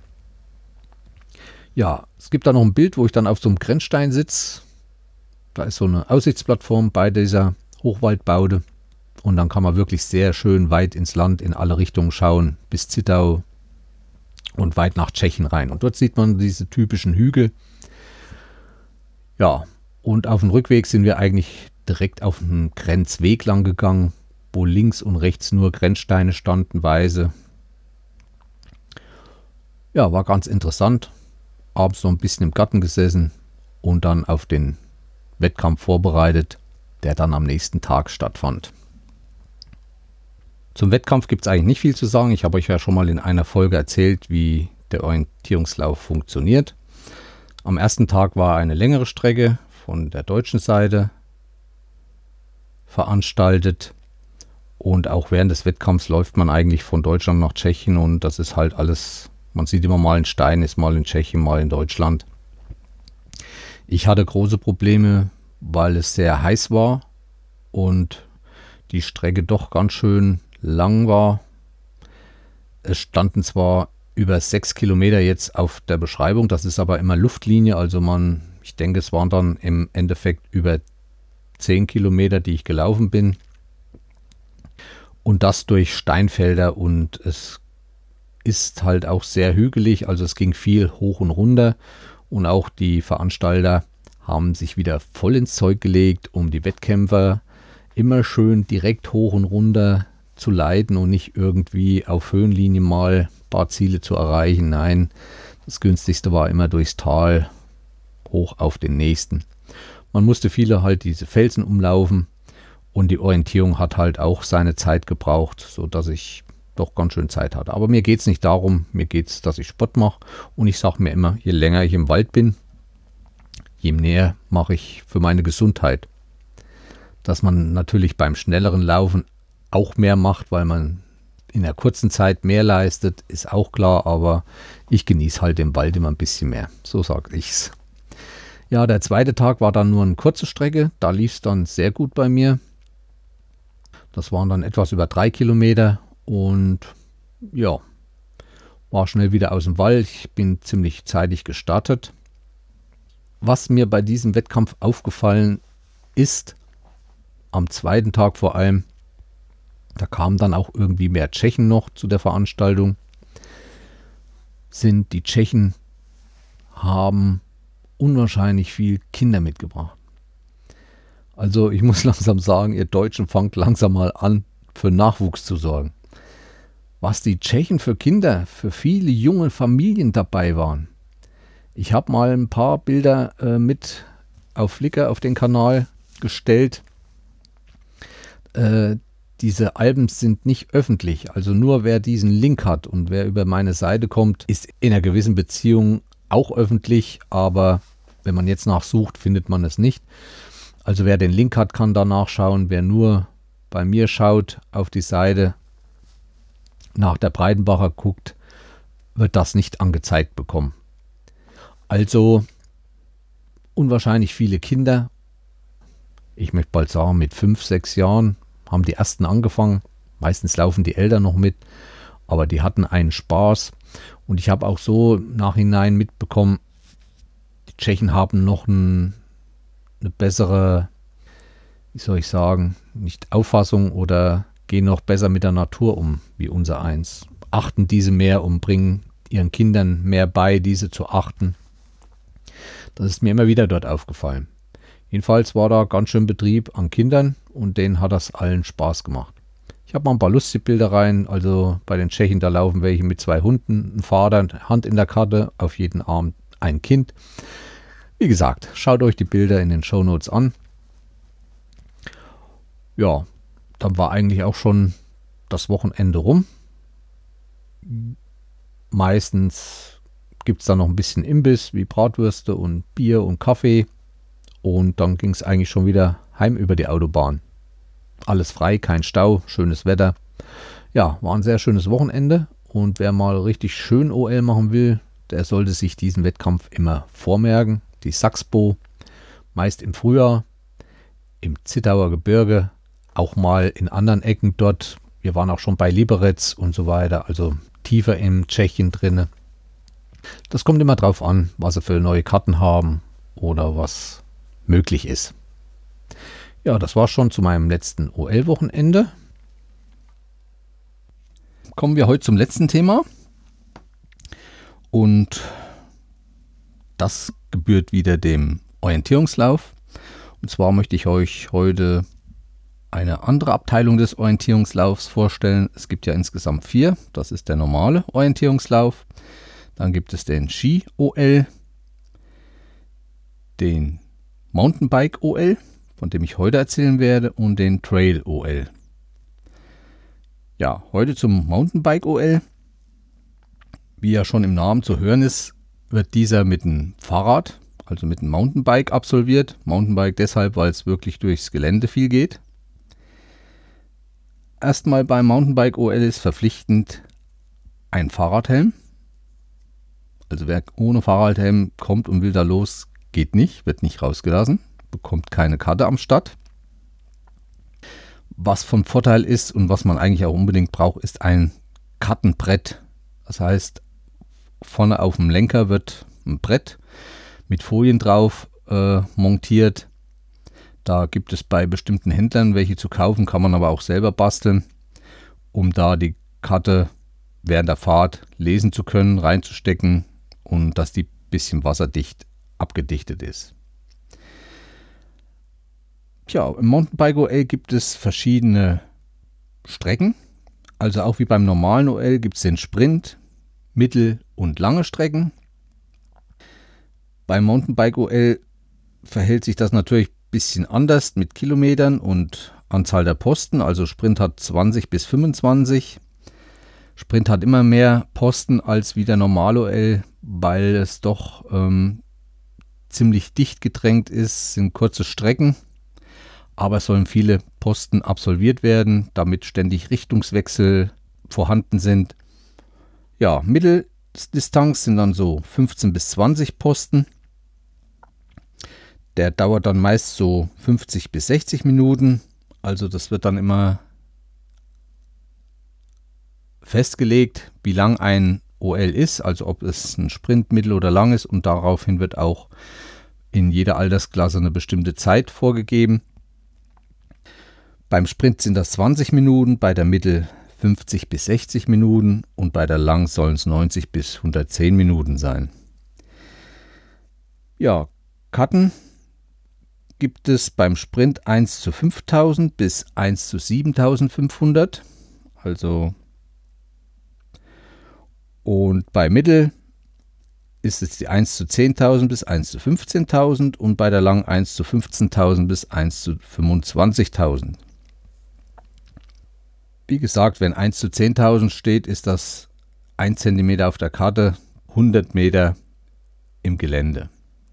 Ja, es gibt da noch ein Bild, wo ich dann auf so einem Grenzstein sitze. Da ist so eine Aussichtsplattform bei dieser Hochwaldbaude. Und dann kann man wirklich sehr schön weit ins Land in alle Richtungen schauen, bis Zittau und weit nach Tschechien rein. Und dort sieht man diese typischen Hügel. Ja, und auf dem Rückweg sind wir eigentlich direkt auf einen Grenzweg lang gegangen, wo links und rechts nur Grenzsteine standen, weise. Ja, war ganz interessant. Abends noch ein bisschen im Garten gesessen und dann auf den Wettkampf vorbereitet, der dann am nächsten Tag stattfand. Zum Wettkampf gibt es eigentlich nicht viel zu sagen. Ich habe euch ja schon mal in einer Folge erzählt, wie der Orientierungslauf funktioniert. Am ersten Tag war eine längere Strecke von der deutschen Seite veranstaltet Und auch während des Wettkampfs läuft man eigentlich von Deutschland nach Tschechien und das ist halt alles, man sieht immer mal einen Stein, ist mal in Tschechien, mal in Deutschland. Ich hatte große Probleme, weil es sehr heiß war und die Strecke doch ganz schön lang war. Es standen zwar über 6 Kilometer jetzt auf der Beschreibung, das ist aber immer Luftlinie, also ich denke, es waren dann im Endeffekt über 10 Kilometer, die ich gelaufen bin. Und das durch Steinfelder und es ist halt auch sehr hügelig, also es ging viel hoch und runter und auch die Veranstalter haben sich wieder voll ins Zeug gelegt, um die Wettkämpfer immer schön direkt hoch und runter zu leiten und nicht irgendwie auf Höhenlinie mal ein paar Ziele zu erreichen. Nein, das günstigste war immer durchs Tal hoch auf den nächsten. Man musste viele halt diese Felsen umlaufen und die Orientierung hat halt auch seine Zeit gebraucht, sodass ich doch ganz schön Zeit hatte. Aber mir geht es nicht darum, mir geht es, dass ich Sport mache und ich sage mir immer, je länger ich im Wald bin, je mehr mache ich für meine Gesundheit. Dass man natürlich beim schnelleren Laufen auch mehr macht, weil man in der kurzen Zeit mehr leistet, ist auch klar, aber ich genieße halt den Wald immer ein bisschen mehr. So sage ich's. Ja, der zweite Tag war dann nur eine kurze Strecke, da lief es dann sehr gut bei mir. Das waren dann etwas über 3 Kilometer und ja, war schnell wieder aus dem Wald. Ich bin ziemlich zeitig gestartet. Was mir bei diesem Wettkampf aufgefallen ist, am zweiten Tag vor allem, da kamen dann auch irgendwie mehr Tschechen noch zu der Veranstaltung, die Tschechen haben unwahrscheinlich viel Kinder mitgebracht. Also ich muss langsam sagen, ihr Deutschen fangt langsam mal an, für Nachwuchs zu sorgen. Was die Tschechen für Kinder, für viele junge Familien dabei waren. Ich habe mal ein paar Bilder mit auf Flickr auf den Kanal gestellt. Diese Alben sind nicht öffentlich, also nur wer diesen Link hat und wer über meine Seite kommt, ist in einer gewissen Beziehung auch öffentlich, aber wenn man jetzt nachsucht, findet man es nicht. Also wer den Link hat, kann da nachschauen. Wer nur bei mir schaut auf die Seite, nach der Breitenbacher guckt, wird das nicht angezeigt bekommen. Also unwahrscheinlich viele Kinder, ich möchte bald sagen mit 5, 6 Jahren, haben die ersten angefangen. Meistens laufen die Eltern noch mit, aber die hatten einen Spaß. Und ich habe auch so im Nachhinein mitbekommen, die Tschechen haben noch eine bessere, wie soll ich sagen, nicht Auffassung oder gehen noch besser mit der Natur um wie unser eins. Achten diese mehr und bringen ihren Kindern mehr bei, diese zu achten. Das ist mir immer wieder dort aufgefallen. Jedenfalls war da ganz schön Betrieb an Kindern und denen hat das allen Spaß gemacht. Ich habe mal ein paar lustige Bilder rein, also bei den Tschechen, da laufen welche mit 2 Hunden, ein Vater, Hand in der Karte, auf jeden Arm ein Kind. Wie gesagt, schaut euch die Bilder in den Shownotes an. Ja, dann war eigentlich auch schon das Wochenende rum. Meistens gibt es da noch ein bisschen Imbiss wie Bratwürste und Bier und Kaffee. Und dann ging es eigentlich schon wieder heim über die Autobahn. Alles frei, kein Stau, schönes Wetter. Ja, war ein sehr schönes Wochenende. Und wer mal richtig schön OL machen will, der sollte sich diesen Wettkampf immer vormerken. Die Saxpo, meist im Frühjahr, im Zittauer Gebirge, auch mal in anderen Ecken dort. Wir waren auch schon bei Liberec und so weiter, also tiefer in Tschechien drinne. Das kommt immer drauf an, was sie für neue Karten haben oder was möglich ist. Ja, das war schon zu meinem letzten OL-Wochenende. Kommen wir heute zum letzten Thema. Und das gebührt wieder dem Orientierungslauf. Und zwar möchte ich euch heute eine andere Abteilung des Orientierungslaufs vorstellen. Es gibt ja insgesamt 4. Das ist der normale Orientierungslauf. Dann gibt es den Ski-OL, den Mountainbike-OL, von dem ich heute erzählen werde, und den Trail-OL. Ja, heute zum Mountainbike-OL. Wie ja schon im Namen zu hören ist, wird dieser mit dem Fahrrad, also mit dem Mountainbike absolviert. Mountainbike deshalb, weil es wirklich durchs Gelände viel geht. Erstmal beim Mountainbike OL ist verpflichtend ein Fahrradhelm. Also wer ohne Fahrradhelm kommt und will da los, geht nicht, wird nicht rausgelassen, bekommt keine Karte am Start. Was von Vorteil ist und was man eigentlich auch unbedingt braucht, ist ein Kartenbrett. Das heißt, vorne auf dem Lenker wird ein Brett mit Folien drauf montiert. Da gibt es bei bestimmten Händlern welche zu kaufen, kann man aber auch selber basteln, um da die Karte während der Fahrt lesen zu können, reinzustecken und dass die ein bisschen wasserdicht abgedichtet ist. Tja, im Mountainbike OL gibt es verschiedene Strecken. Also auch wie beim normalen OL gibt es den Sprint, mittel- und lange Strecken. Beim Mountainbike OL verhält sich das natürlich ein bisschen anders mit Kilometern und Anzahl der Posten. Also Sprint hat 20 bis 25. Sprint hat immer mehr Posten als wie der normale OL, weil es doch ziemlich dicht gedrängt ist, sind kurze Strecken. Aber es sollen viele Posten absolviert werden, damit ständig Richtungswechsel vorhanden sind. Ja, Mitteldistanz sind dann so 15 bis 20 Posten. Der dauert dann meist so 50 bis 60 Minuten. Also das wird dann immer festgelegt, wie lang ein OL ist, also ob es ein Sprint, mittel oder lang ist. Und daraufhin wird auch in jeder Altersklasse eine bestimmte Zeit vorgegeben. Beim Sprint sind das 20 Minuten, bei der Mittel 50 bis 60 Minuten und bei der Lang sollen es 90 bis 110 Minuten sein. Ja, Karten gibt es beim Sprint 1 zu 5000 bis 1 zu 7500. Also und bei Mittel ist es die 1 zu 10.000 bis 1 zu 15.000 und bei der Lang 1 zu 15.000 bis 1 zu 25.000. Wie gesagt, wenn 1 zu 10.000 steht, ist das 1 cm auf der Karte, 100 Meter im Gelände.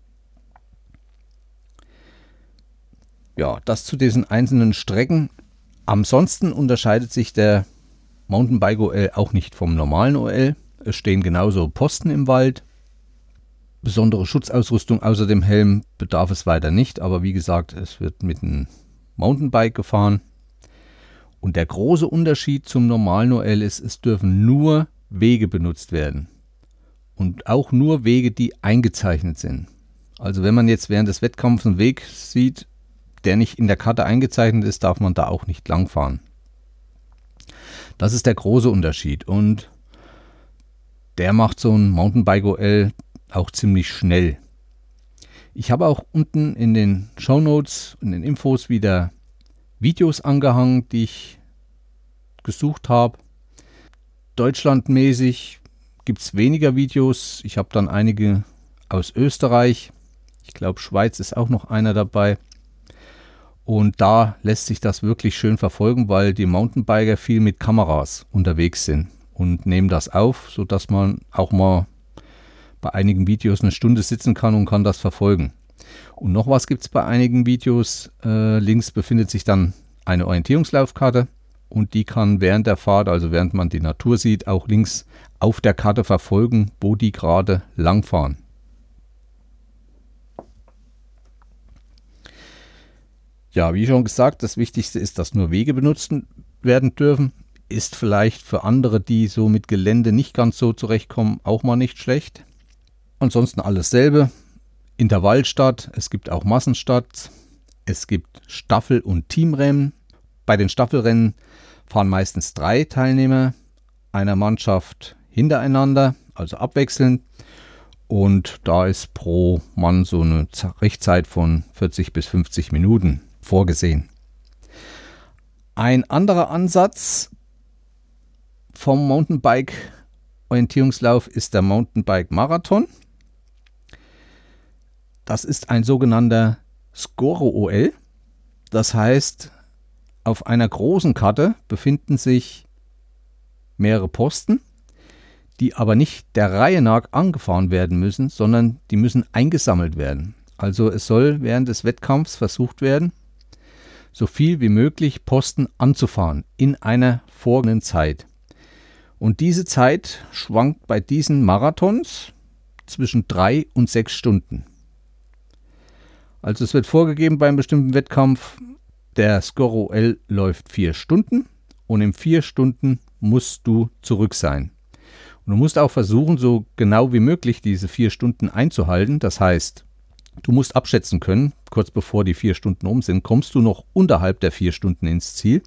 Ja, das zu diesen einzelnen Strecken. Ansonsten unterscheidet sich der Mountainbike OL auch nicht vom normalen OL. Es stehen genauso Posten im Wald. Besondere Schutzausrüstung außer dem Helm bedarf es weiter nicht, aber wie gesagt, es wird mit einem Mountainbike gefahren. Und der große Unterschied zum normalen OL ist, es dürfen nur Wege benutzt werden. Und auch nur Wege, die eingezeichnet sind. Also wenn man jetzt während des Wettkampfs einen Weg sieht, der nicht in der Karte eingezeichnet ist, darf man da auch nicht lang fahren. Das ist der große Unterschied und der macht so ein Mountainbike OL auch ziemlich schnell. Ich habe auch unten in den Shownotes, in den Infos wieder Videos angehangen, die ich gesucht habe. Deutschlandmäßig gibt es weniger Videos. Ich habe dann einige aus Österreich. Ich glaube, Schweiz ist auch noch einer dabei. Und da lässt sich das wirklich schön verfolgen, weil die Mountainbiker viel mit Kameras unterwegs sind und nehmen das auf, sodass man auch mal bei einigen Videos eine Stunde sitzen kann und kann das verfolgen. Und noch was gibt es bei einigen Videos. Links befindet sich dann eine Orientierungslaufkarte und die kann während der Fahrt, also während man die Natur sieht, auch links auf der Karte verfolgen, wo die gerade langfahren. Ja, wie schon gesagt, das Wichtigste ist, dass nur Wege benutzt werden dürfen. Ist vielleicht für andere, die so mit Gelände nicht ganz so zurechtkommen, auch mal nicht schlecht. Ansonsten alles selbe. Intervallstart, es gibt auch Massenstart, es gibt Staffel- und Teamrennen. Bei den Staffelrennen fahren meistens 3 Teilnehmer einer Mannschaft hintereinander, also abwechselnd. Und da ist pro Mann so eine Rechtzeit von 40 bis 50 Minuten vorgesehen. Ein anderer Ansatz vom Mountainbike-Orientierungslauf ist der Mountainbike-Marathon. Das ist ein sogenannter Skoro-OL. Das heißt, auf einer großen Karte befinden sich mehrere Posten, die aber nicht der Reihe nach angefahren werden müssen, sondern die müssen eingesammelt werden. Also es soll während des Wettkampfs versucht werden, so viel wie möglich Posten anzufahren in einer vorgegebenen Zeit. Und diese Zeit schwankt bei diesen Marathons zwischen 3 und 6 Stunden. Also es wird vorgegeben beim bestimmten Wettkampf, der Score OL läuft 4 Stunden und in 4 Stunden musst du zurück sein. Und du musst auch versuchen, so genau wie möglich diese 4 Stunden einzuhalten. Das heißt, du musst abschätzen können, kurz bevor die 4 Stunden um sind, kommst du noch unterhalb der 4 Stunden ins Ziel.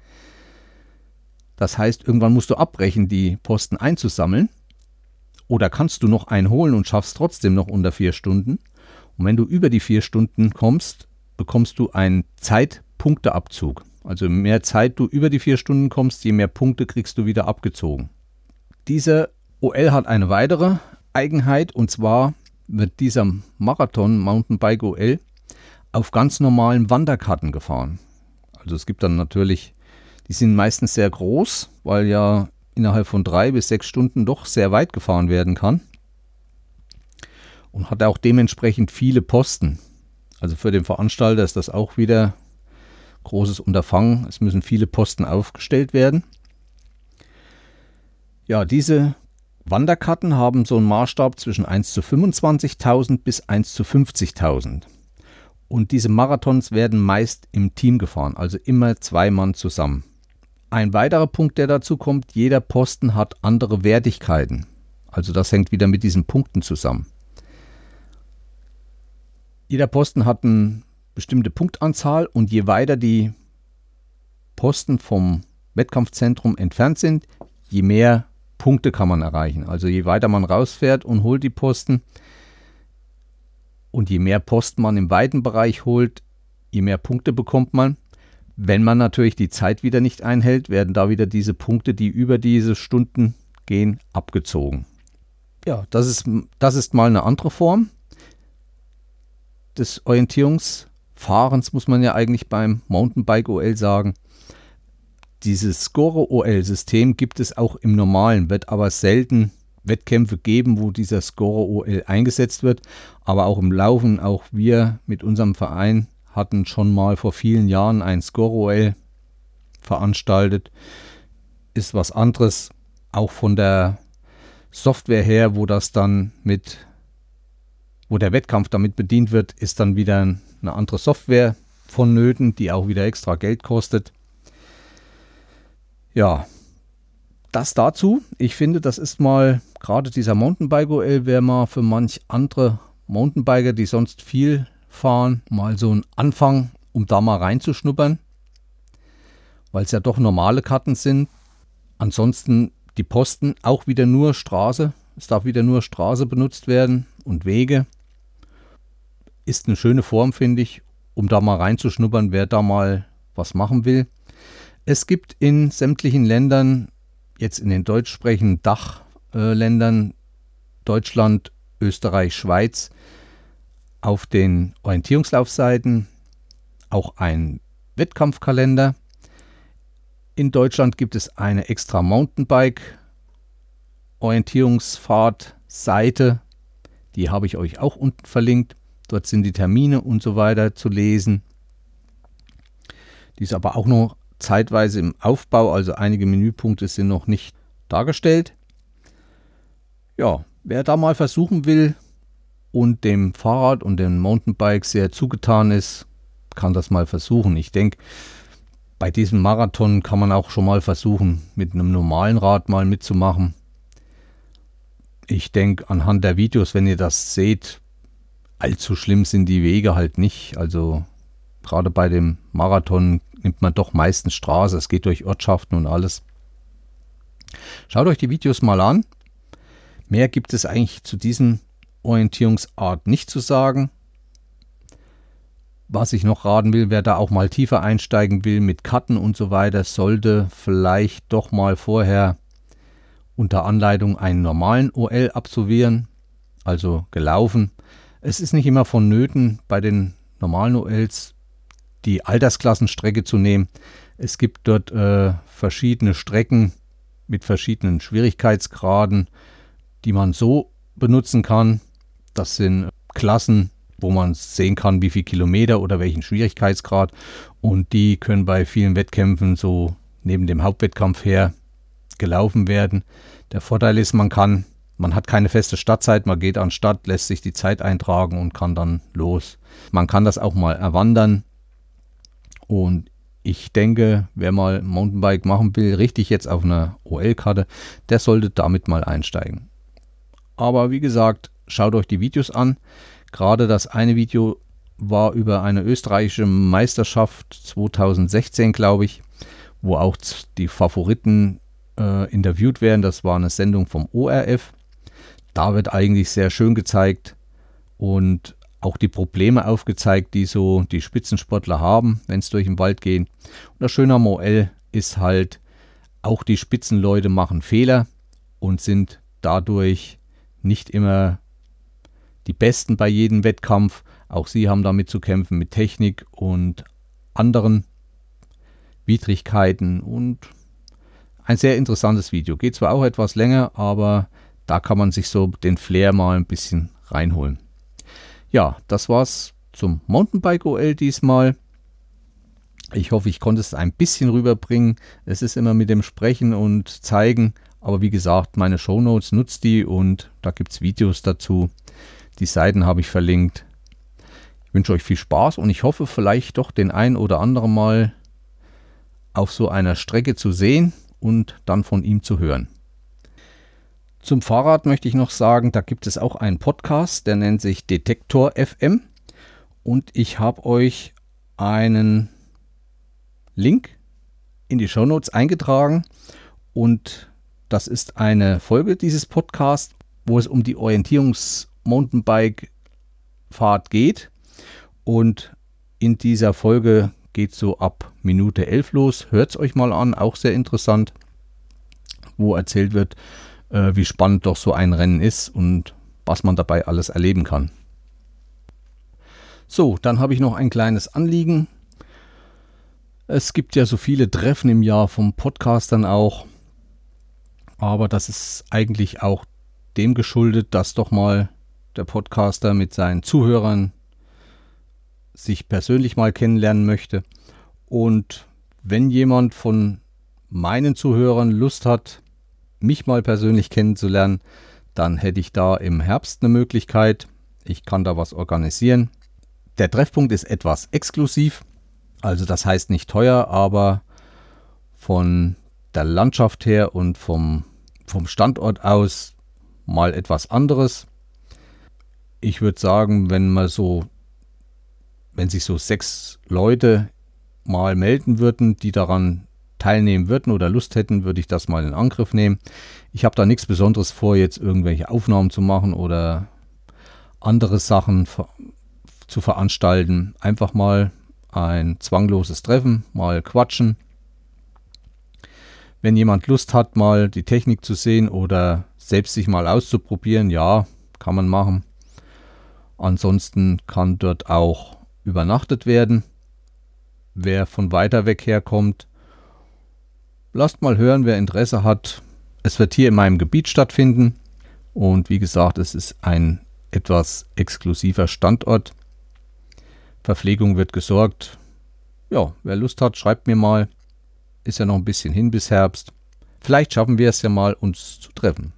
Das heißt, irgendwann musst du abbrechen, die Posten einzusammeln. Oder kannst du noch einen holen und schaffst trotzdem noch unter 4 Stunden. Und wenn du über die 4 Stunden kommst, bekommst du einen Zeitpunkteabzug. Also je mehr Zeit du über die 4 Stunden kommst, je mehr Punkte kriegst du wieder abgezogen. Diese OL hat eine weitere Eigenheit, und zwar wird dieser Marathon Mountainbike OL auf ganz normalen Wanderkarten gefahren. Also es gibt dann natürlich, die sind meistens sehr groß, weil ja innerhalb von 3 bis 6 Stunden doch sehr weit gefahren werden kann. Und hat auch dementsprechend viele Posten. Also für den Veranstalter ist das auch wieder großes Unterfangen. Es müssen viele Posten aufgestellt werden. Ja, diese Wanderkarten haben so einen Maßstab zwischen 1 zu 25.000 bis 1 zu 50.000. Und diese Marathons werden meist im Team gefahren, also immer 2 Mann zusammen. Ein weiterer Punkt, der dazu kommt, jeder Posten hat andere Wertigkeiten. Also das hängt wieder mit diesen Punkten zusammen. Jeder Posten hat eine bestimmte Punktanzahl und je weiter die Posten vom Wettkampfzentrum entfernt sind, je mehr Punkte kann man erreichen. Also je weiter man rausfährt und holt die Posten und je mehr Posten man im weiten Bereich holt, je mehr Punkte bekommt man. Wenn man natürlich die Zeit wieder nicht einhält, werden da wieder diese Punkte, die über diese Stunden gehen, abgezogen. Ja, das ist mal eine andere Form des Orientierungsfahrens, muss man ja eigentlich beim Mountainbike OL sagen. Dieses Score OL-System gibt es auch im normalen, wird aber selten Wettkämpfe geben, wo dieser Score OL eingesetzt wird. Aber auch im Laufen, auch wir mit unserem Verein hatten schon mal vor vielen Jahren ein Score OL veranstaltet. Ist was anderes, auch von der Software her, wo der Wettkampf damit bedient wird, ist dann wieder eine andere Software vonnöten, die auch wieder extra Geld kostet. Ja, das dazu. Ich finde, das ist mal, gerade dieser Mountainbike OL wäre mal für manch andere Mountainbiker, die sonst viel fahren, mal so ein Anfang, um da mal reinzuschnuppern, weil es ja doch normale Karten sind. Ansonsten die Posten auch wieder nur Straße. Es darf wieder nur Straße benutzt werden und Wege. Ist eine schöne Form, finde ich, um da mal reinzuschnuppern, wer da mal was machen will. Es gibt in sämtlichen Ländern, jetzt in den deutsch sprechenden Dachländern, Deutschland, Österreich, Schweiz, auf den Orientierungslaufseiten auch einen Wettkampfkalender. In Deutschland gibt es eine extra Mountainbike-Orientierungsfahrt-Seite. Die habe ich euch auch unten verlinkt. Dort sind die Termine und so weiter zu lesen. Die ist aber auch noch zeitweise im Aufbau, also einige Menüpunkte sind noch nicht dargestellt. Ja, wer da mal versuchen will und dem Fahrrad und dem Mountainbike sehr zugetan ist, kann das mal versuchen. Ich denke, bei diesem Marathon kann man auch schon mal versuchen, mit einem normalen Rad mal mitzumachen. Ich denke, anhand der Videos, wenn ihr das seht, allzu schlimm sind die Wege halt nicht. Also gerade bei dem Marathon nimmt man doch meistens Straße. Es geht durch Ortschaften und alles. Schaut euch die Videos mal an. Mehr gibt es eigentlich zu diesem Orientierungsart nicht zu sagen. Was ich noch raten will, wer da auch mal tiefer einsteigen will mit Karten und so weiter, sollte vielleicht doch mal vorher unter Anleitung einen normalen OL absolvieren, also gelaufen. Es ist nicht immer vonnöten, bei den normalen OLs die Altersklassenstrecke zu nehmen. Es gibt dort verschiedene Strecken mit verschiedenen Schwierigkeitsgraden, die man so benutzen kann. Das sind Klassen wo man sehen kann, wie viel Kilometer oder welchen Schwierigkeitsgrad. Und die können bei vielen Wettkämpfen so neben dem Hauptwettkampf her gelaufen werden. Der Vorteil ist, man hat keine feste Startzeit, man geht an den Start, lässt sich die Zeit eintragen und kann dann los. Man kann das auch mal erwandern. Und ich denke, wer mal Mountainbike machen will, richtig jetzt auf einer OL-Karte, der sollte damit mal einsteigen. Aber wie gesagt, schaut euch die Videos an. Gerade das eine Video war über eine österreichische Meisterschaft 2016, glaube ich, wo auch die Favoriten interviewt werden. Das war eine Sendung vom ORF. Da wird eigentlich sehr schön gezeigt und auch die Probleme aufgezeigt, die so die Spitzensportler haben, wenn es durch den Wald geht. Und das Schöne am OL ist halt, auch die Spitzenleute machen Fehler und sind dadurch nicht immer die Besten bei jedem Wettkampf. Auch sie haben damit zu kämpfen mit Technik und anderen Widrigkeiten. Und ein sehr interessantes Video. Geht zwar auch etwas länger, aber da kann man sich so den Flair mal ein bisschen reinholen. Ja, das war's zum Mountainbike OL diesmal. Ich hoffe, ich konnte es ein bisschen rüberbringen. Es ist immer mit dem Sprechen und Zeigen. Aber wie gesagt, meine Shownotes nutzt die und da gibt es Videos dazu. Die Seiten habe ich verlinkt. Ich wünsche euch viel Spaß und ich hoffe vielleicht doch den ein oder anderen mal auf so einer Strecke zu sehen und dann von ihm zu hören. Zum Fahrrad möchte ich noch sagen, da gibt es auch einen Podcast, der nennt sich Detektor FM und ich habe euch einen Link in die Shownotes eingetragen und das ist eine Folge dieses Podcasts, wo es um die Orientierungs-Mountainbike-Fahrt geht und in dieser Folge geht es so ab Minute 11 los. Hört es euch mal an, auch sehr interessant, wo erzählt wird, wie spannend doch so ein Rennen ist und was man dabei alles erleben kann. So, dann habe ich noch ein kleines Anliegen. Es gibt ja so viele Treffen im Jahr vom Podcastern auch, aber das ist eigentlich auch dem geschuldet, dass doch mal der Podcaster mit seinen Zuhörern sich persönlich mal kennenlernen möchte. Und wenn jemand von meinen Zuhörern Lust hat, mich mal persönlich kennenzulernen, dann hätte ich da im Herbst eine Möglichkeit. Ich kann da was organisieren. Der Treffpunkt ist etwas exklusiv, also das heißt nicht teuer, aber von der Landschaft her und vom Standort aus mal etwas anderes. Ich würde sagen, wenn sich so 6 Leute mal melden würden, die daran teilnehmen würden oder Lust hätten, würde ich das mal in Angriff nehmen. Ich habe da nichts Besonderes vor, jetzt irgendwelche Aufnahmen zu machen oder andere Sachen zu veranstalten. Einfach mal ein zwangloses Treffen, mal quatschen. Wenn jemand Lust hat, mal die Technik zu sehen oder selbst sich mal auszuprobieren, ja, kann man machen. Ansonsten kann dort auch übernachtet werden. Wer von weiter weg herkommt, lasst mal hören, wer Interesse hat. Es wird hier in meinem Gebiet stattfinden und wie gesagt, es ist ein etwas exklusiver Standort. Verpflegung wird gesorgt. Ja, wer Lust hat, schreibt mir mal. Ist ja noch ein bisschen hin bis Herbst. Vielleicht schaffen wir es ja mal, uns zu treffen.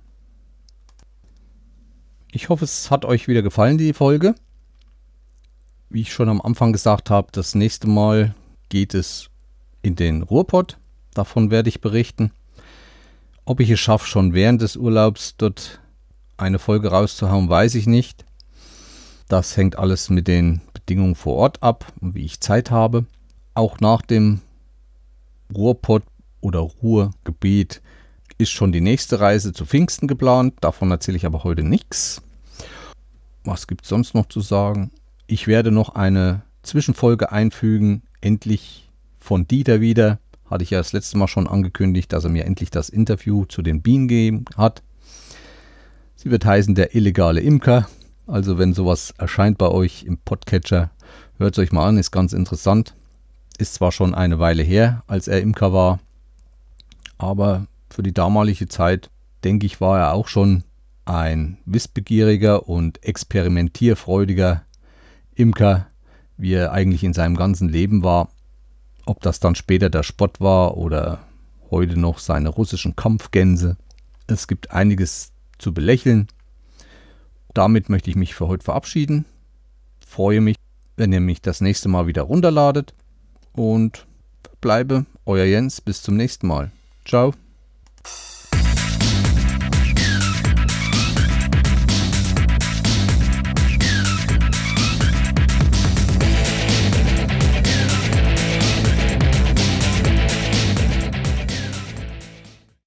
Ich hoffe, es hat euch wieder gefallen, die Folge. Wie ich schon am Anfang gesagt habe, das nächste Mal geht es in den Ruhrpott. Davon werde ich berichten. Ob ich es schaffe, schon während des Urlaubs dort eine Folge rauszuhauen, weiß ich nicht. Das hängt alles mit den Bedingungen vor Ort ab und wie ich Zeit habe. Auch nach dem Ruhrpott oder Ruhrgebiet ist schon die nächste Reise zu Pfingsten geplant. Davon erzähle ich aber heute nichts. Was gibt es sonst noch zu sagen? Ich werde noch eine Zwischenfolge einfügen. Endlich von Dieter wieder. Hatte ich ja das letzte Mal schon angekündigt, dass er mir endlich das Interview zu den Bienen gegeben hat. Sie wird heißen Der illegale Imker. Also wenn sowas erscheint bei euch im Podcatcher, hört es euch mal an, ist ganz interessant. Ist zwar schon eine Weile her, als er Imker war, aber für die damalige Zeit, denke ich, war er auch schon ein wissbegieriger und experimentierfreudiger Imker, wie er eigentlich in seinem ganzen Leben war. Ob das dann später der Spott war oder heute noch seine russischen Kampfgänse. Es gibt einiges zu belächeln. Damit möchte ich mich für heute verabschieden. Freue mich, wenn ihr mich das nächste Mal wieder runterladet. Und bleibe euer Jens. Bis zum nächsten Mal. Ciao.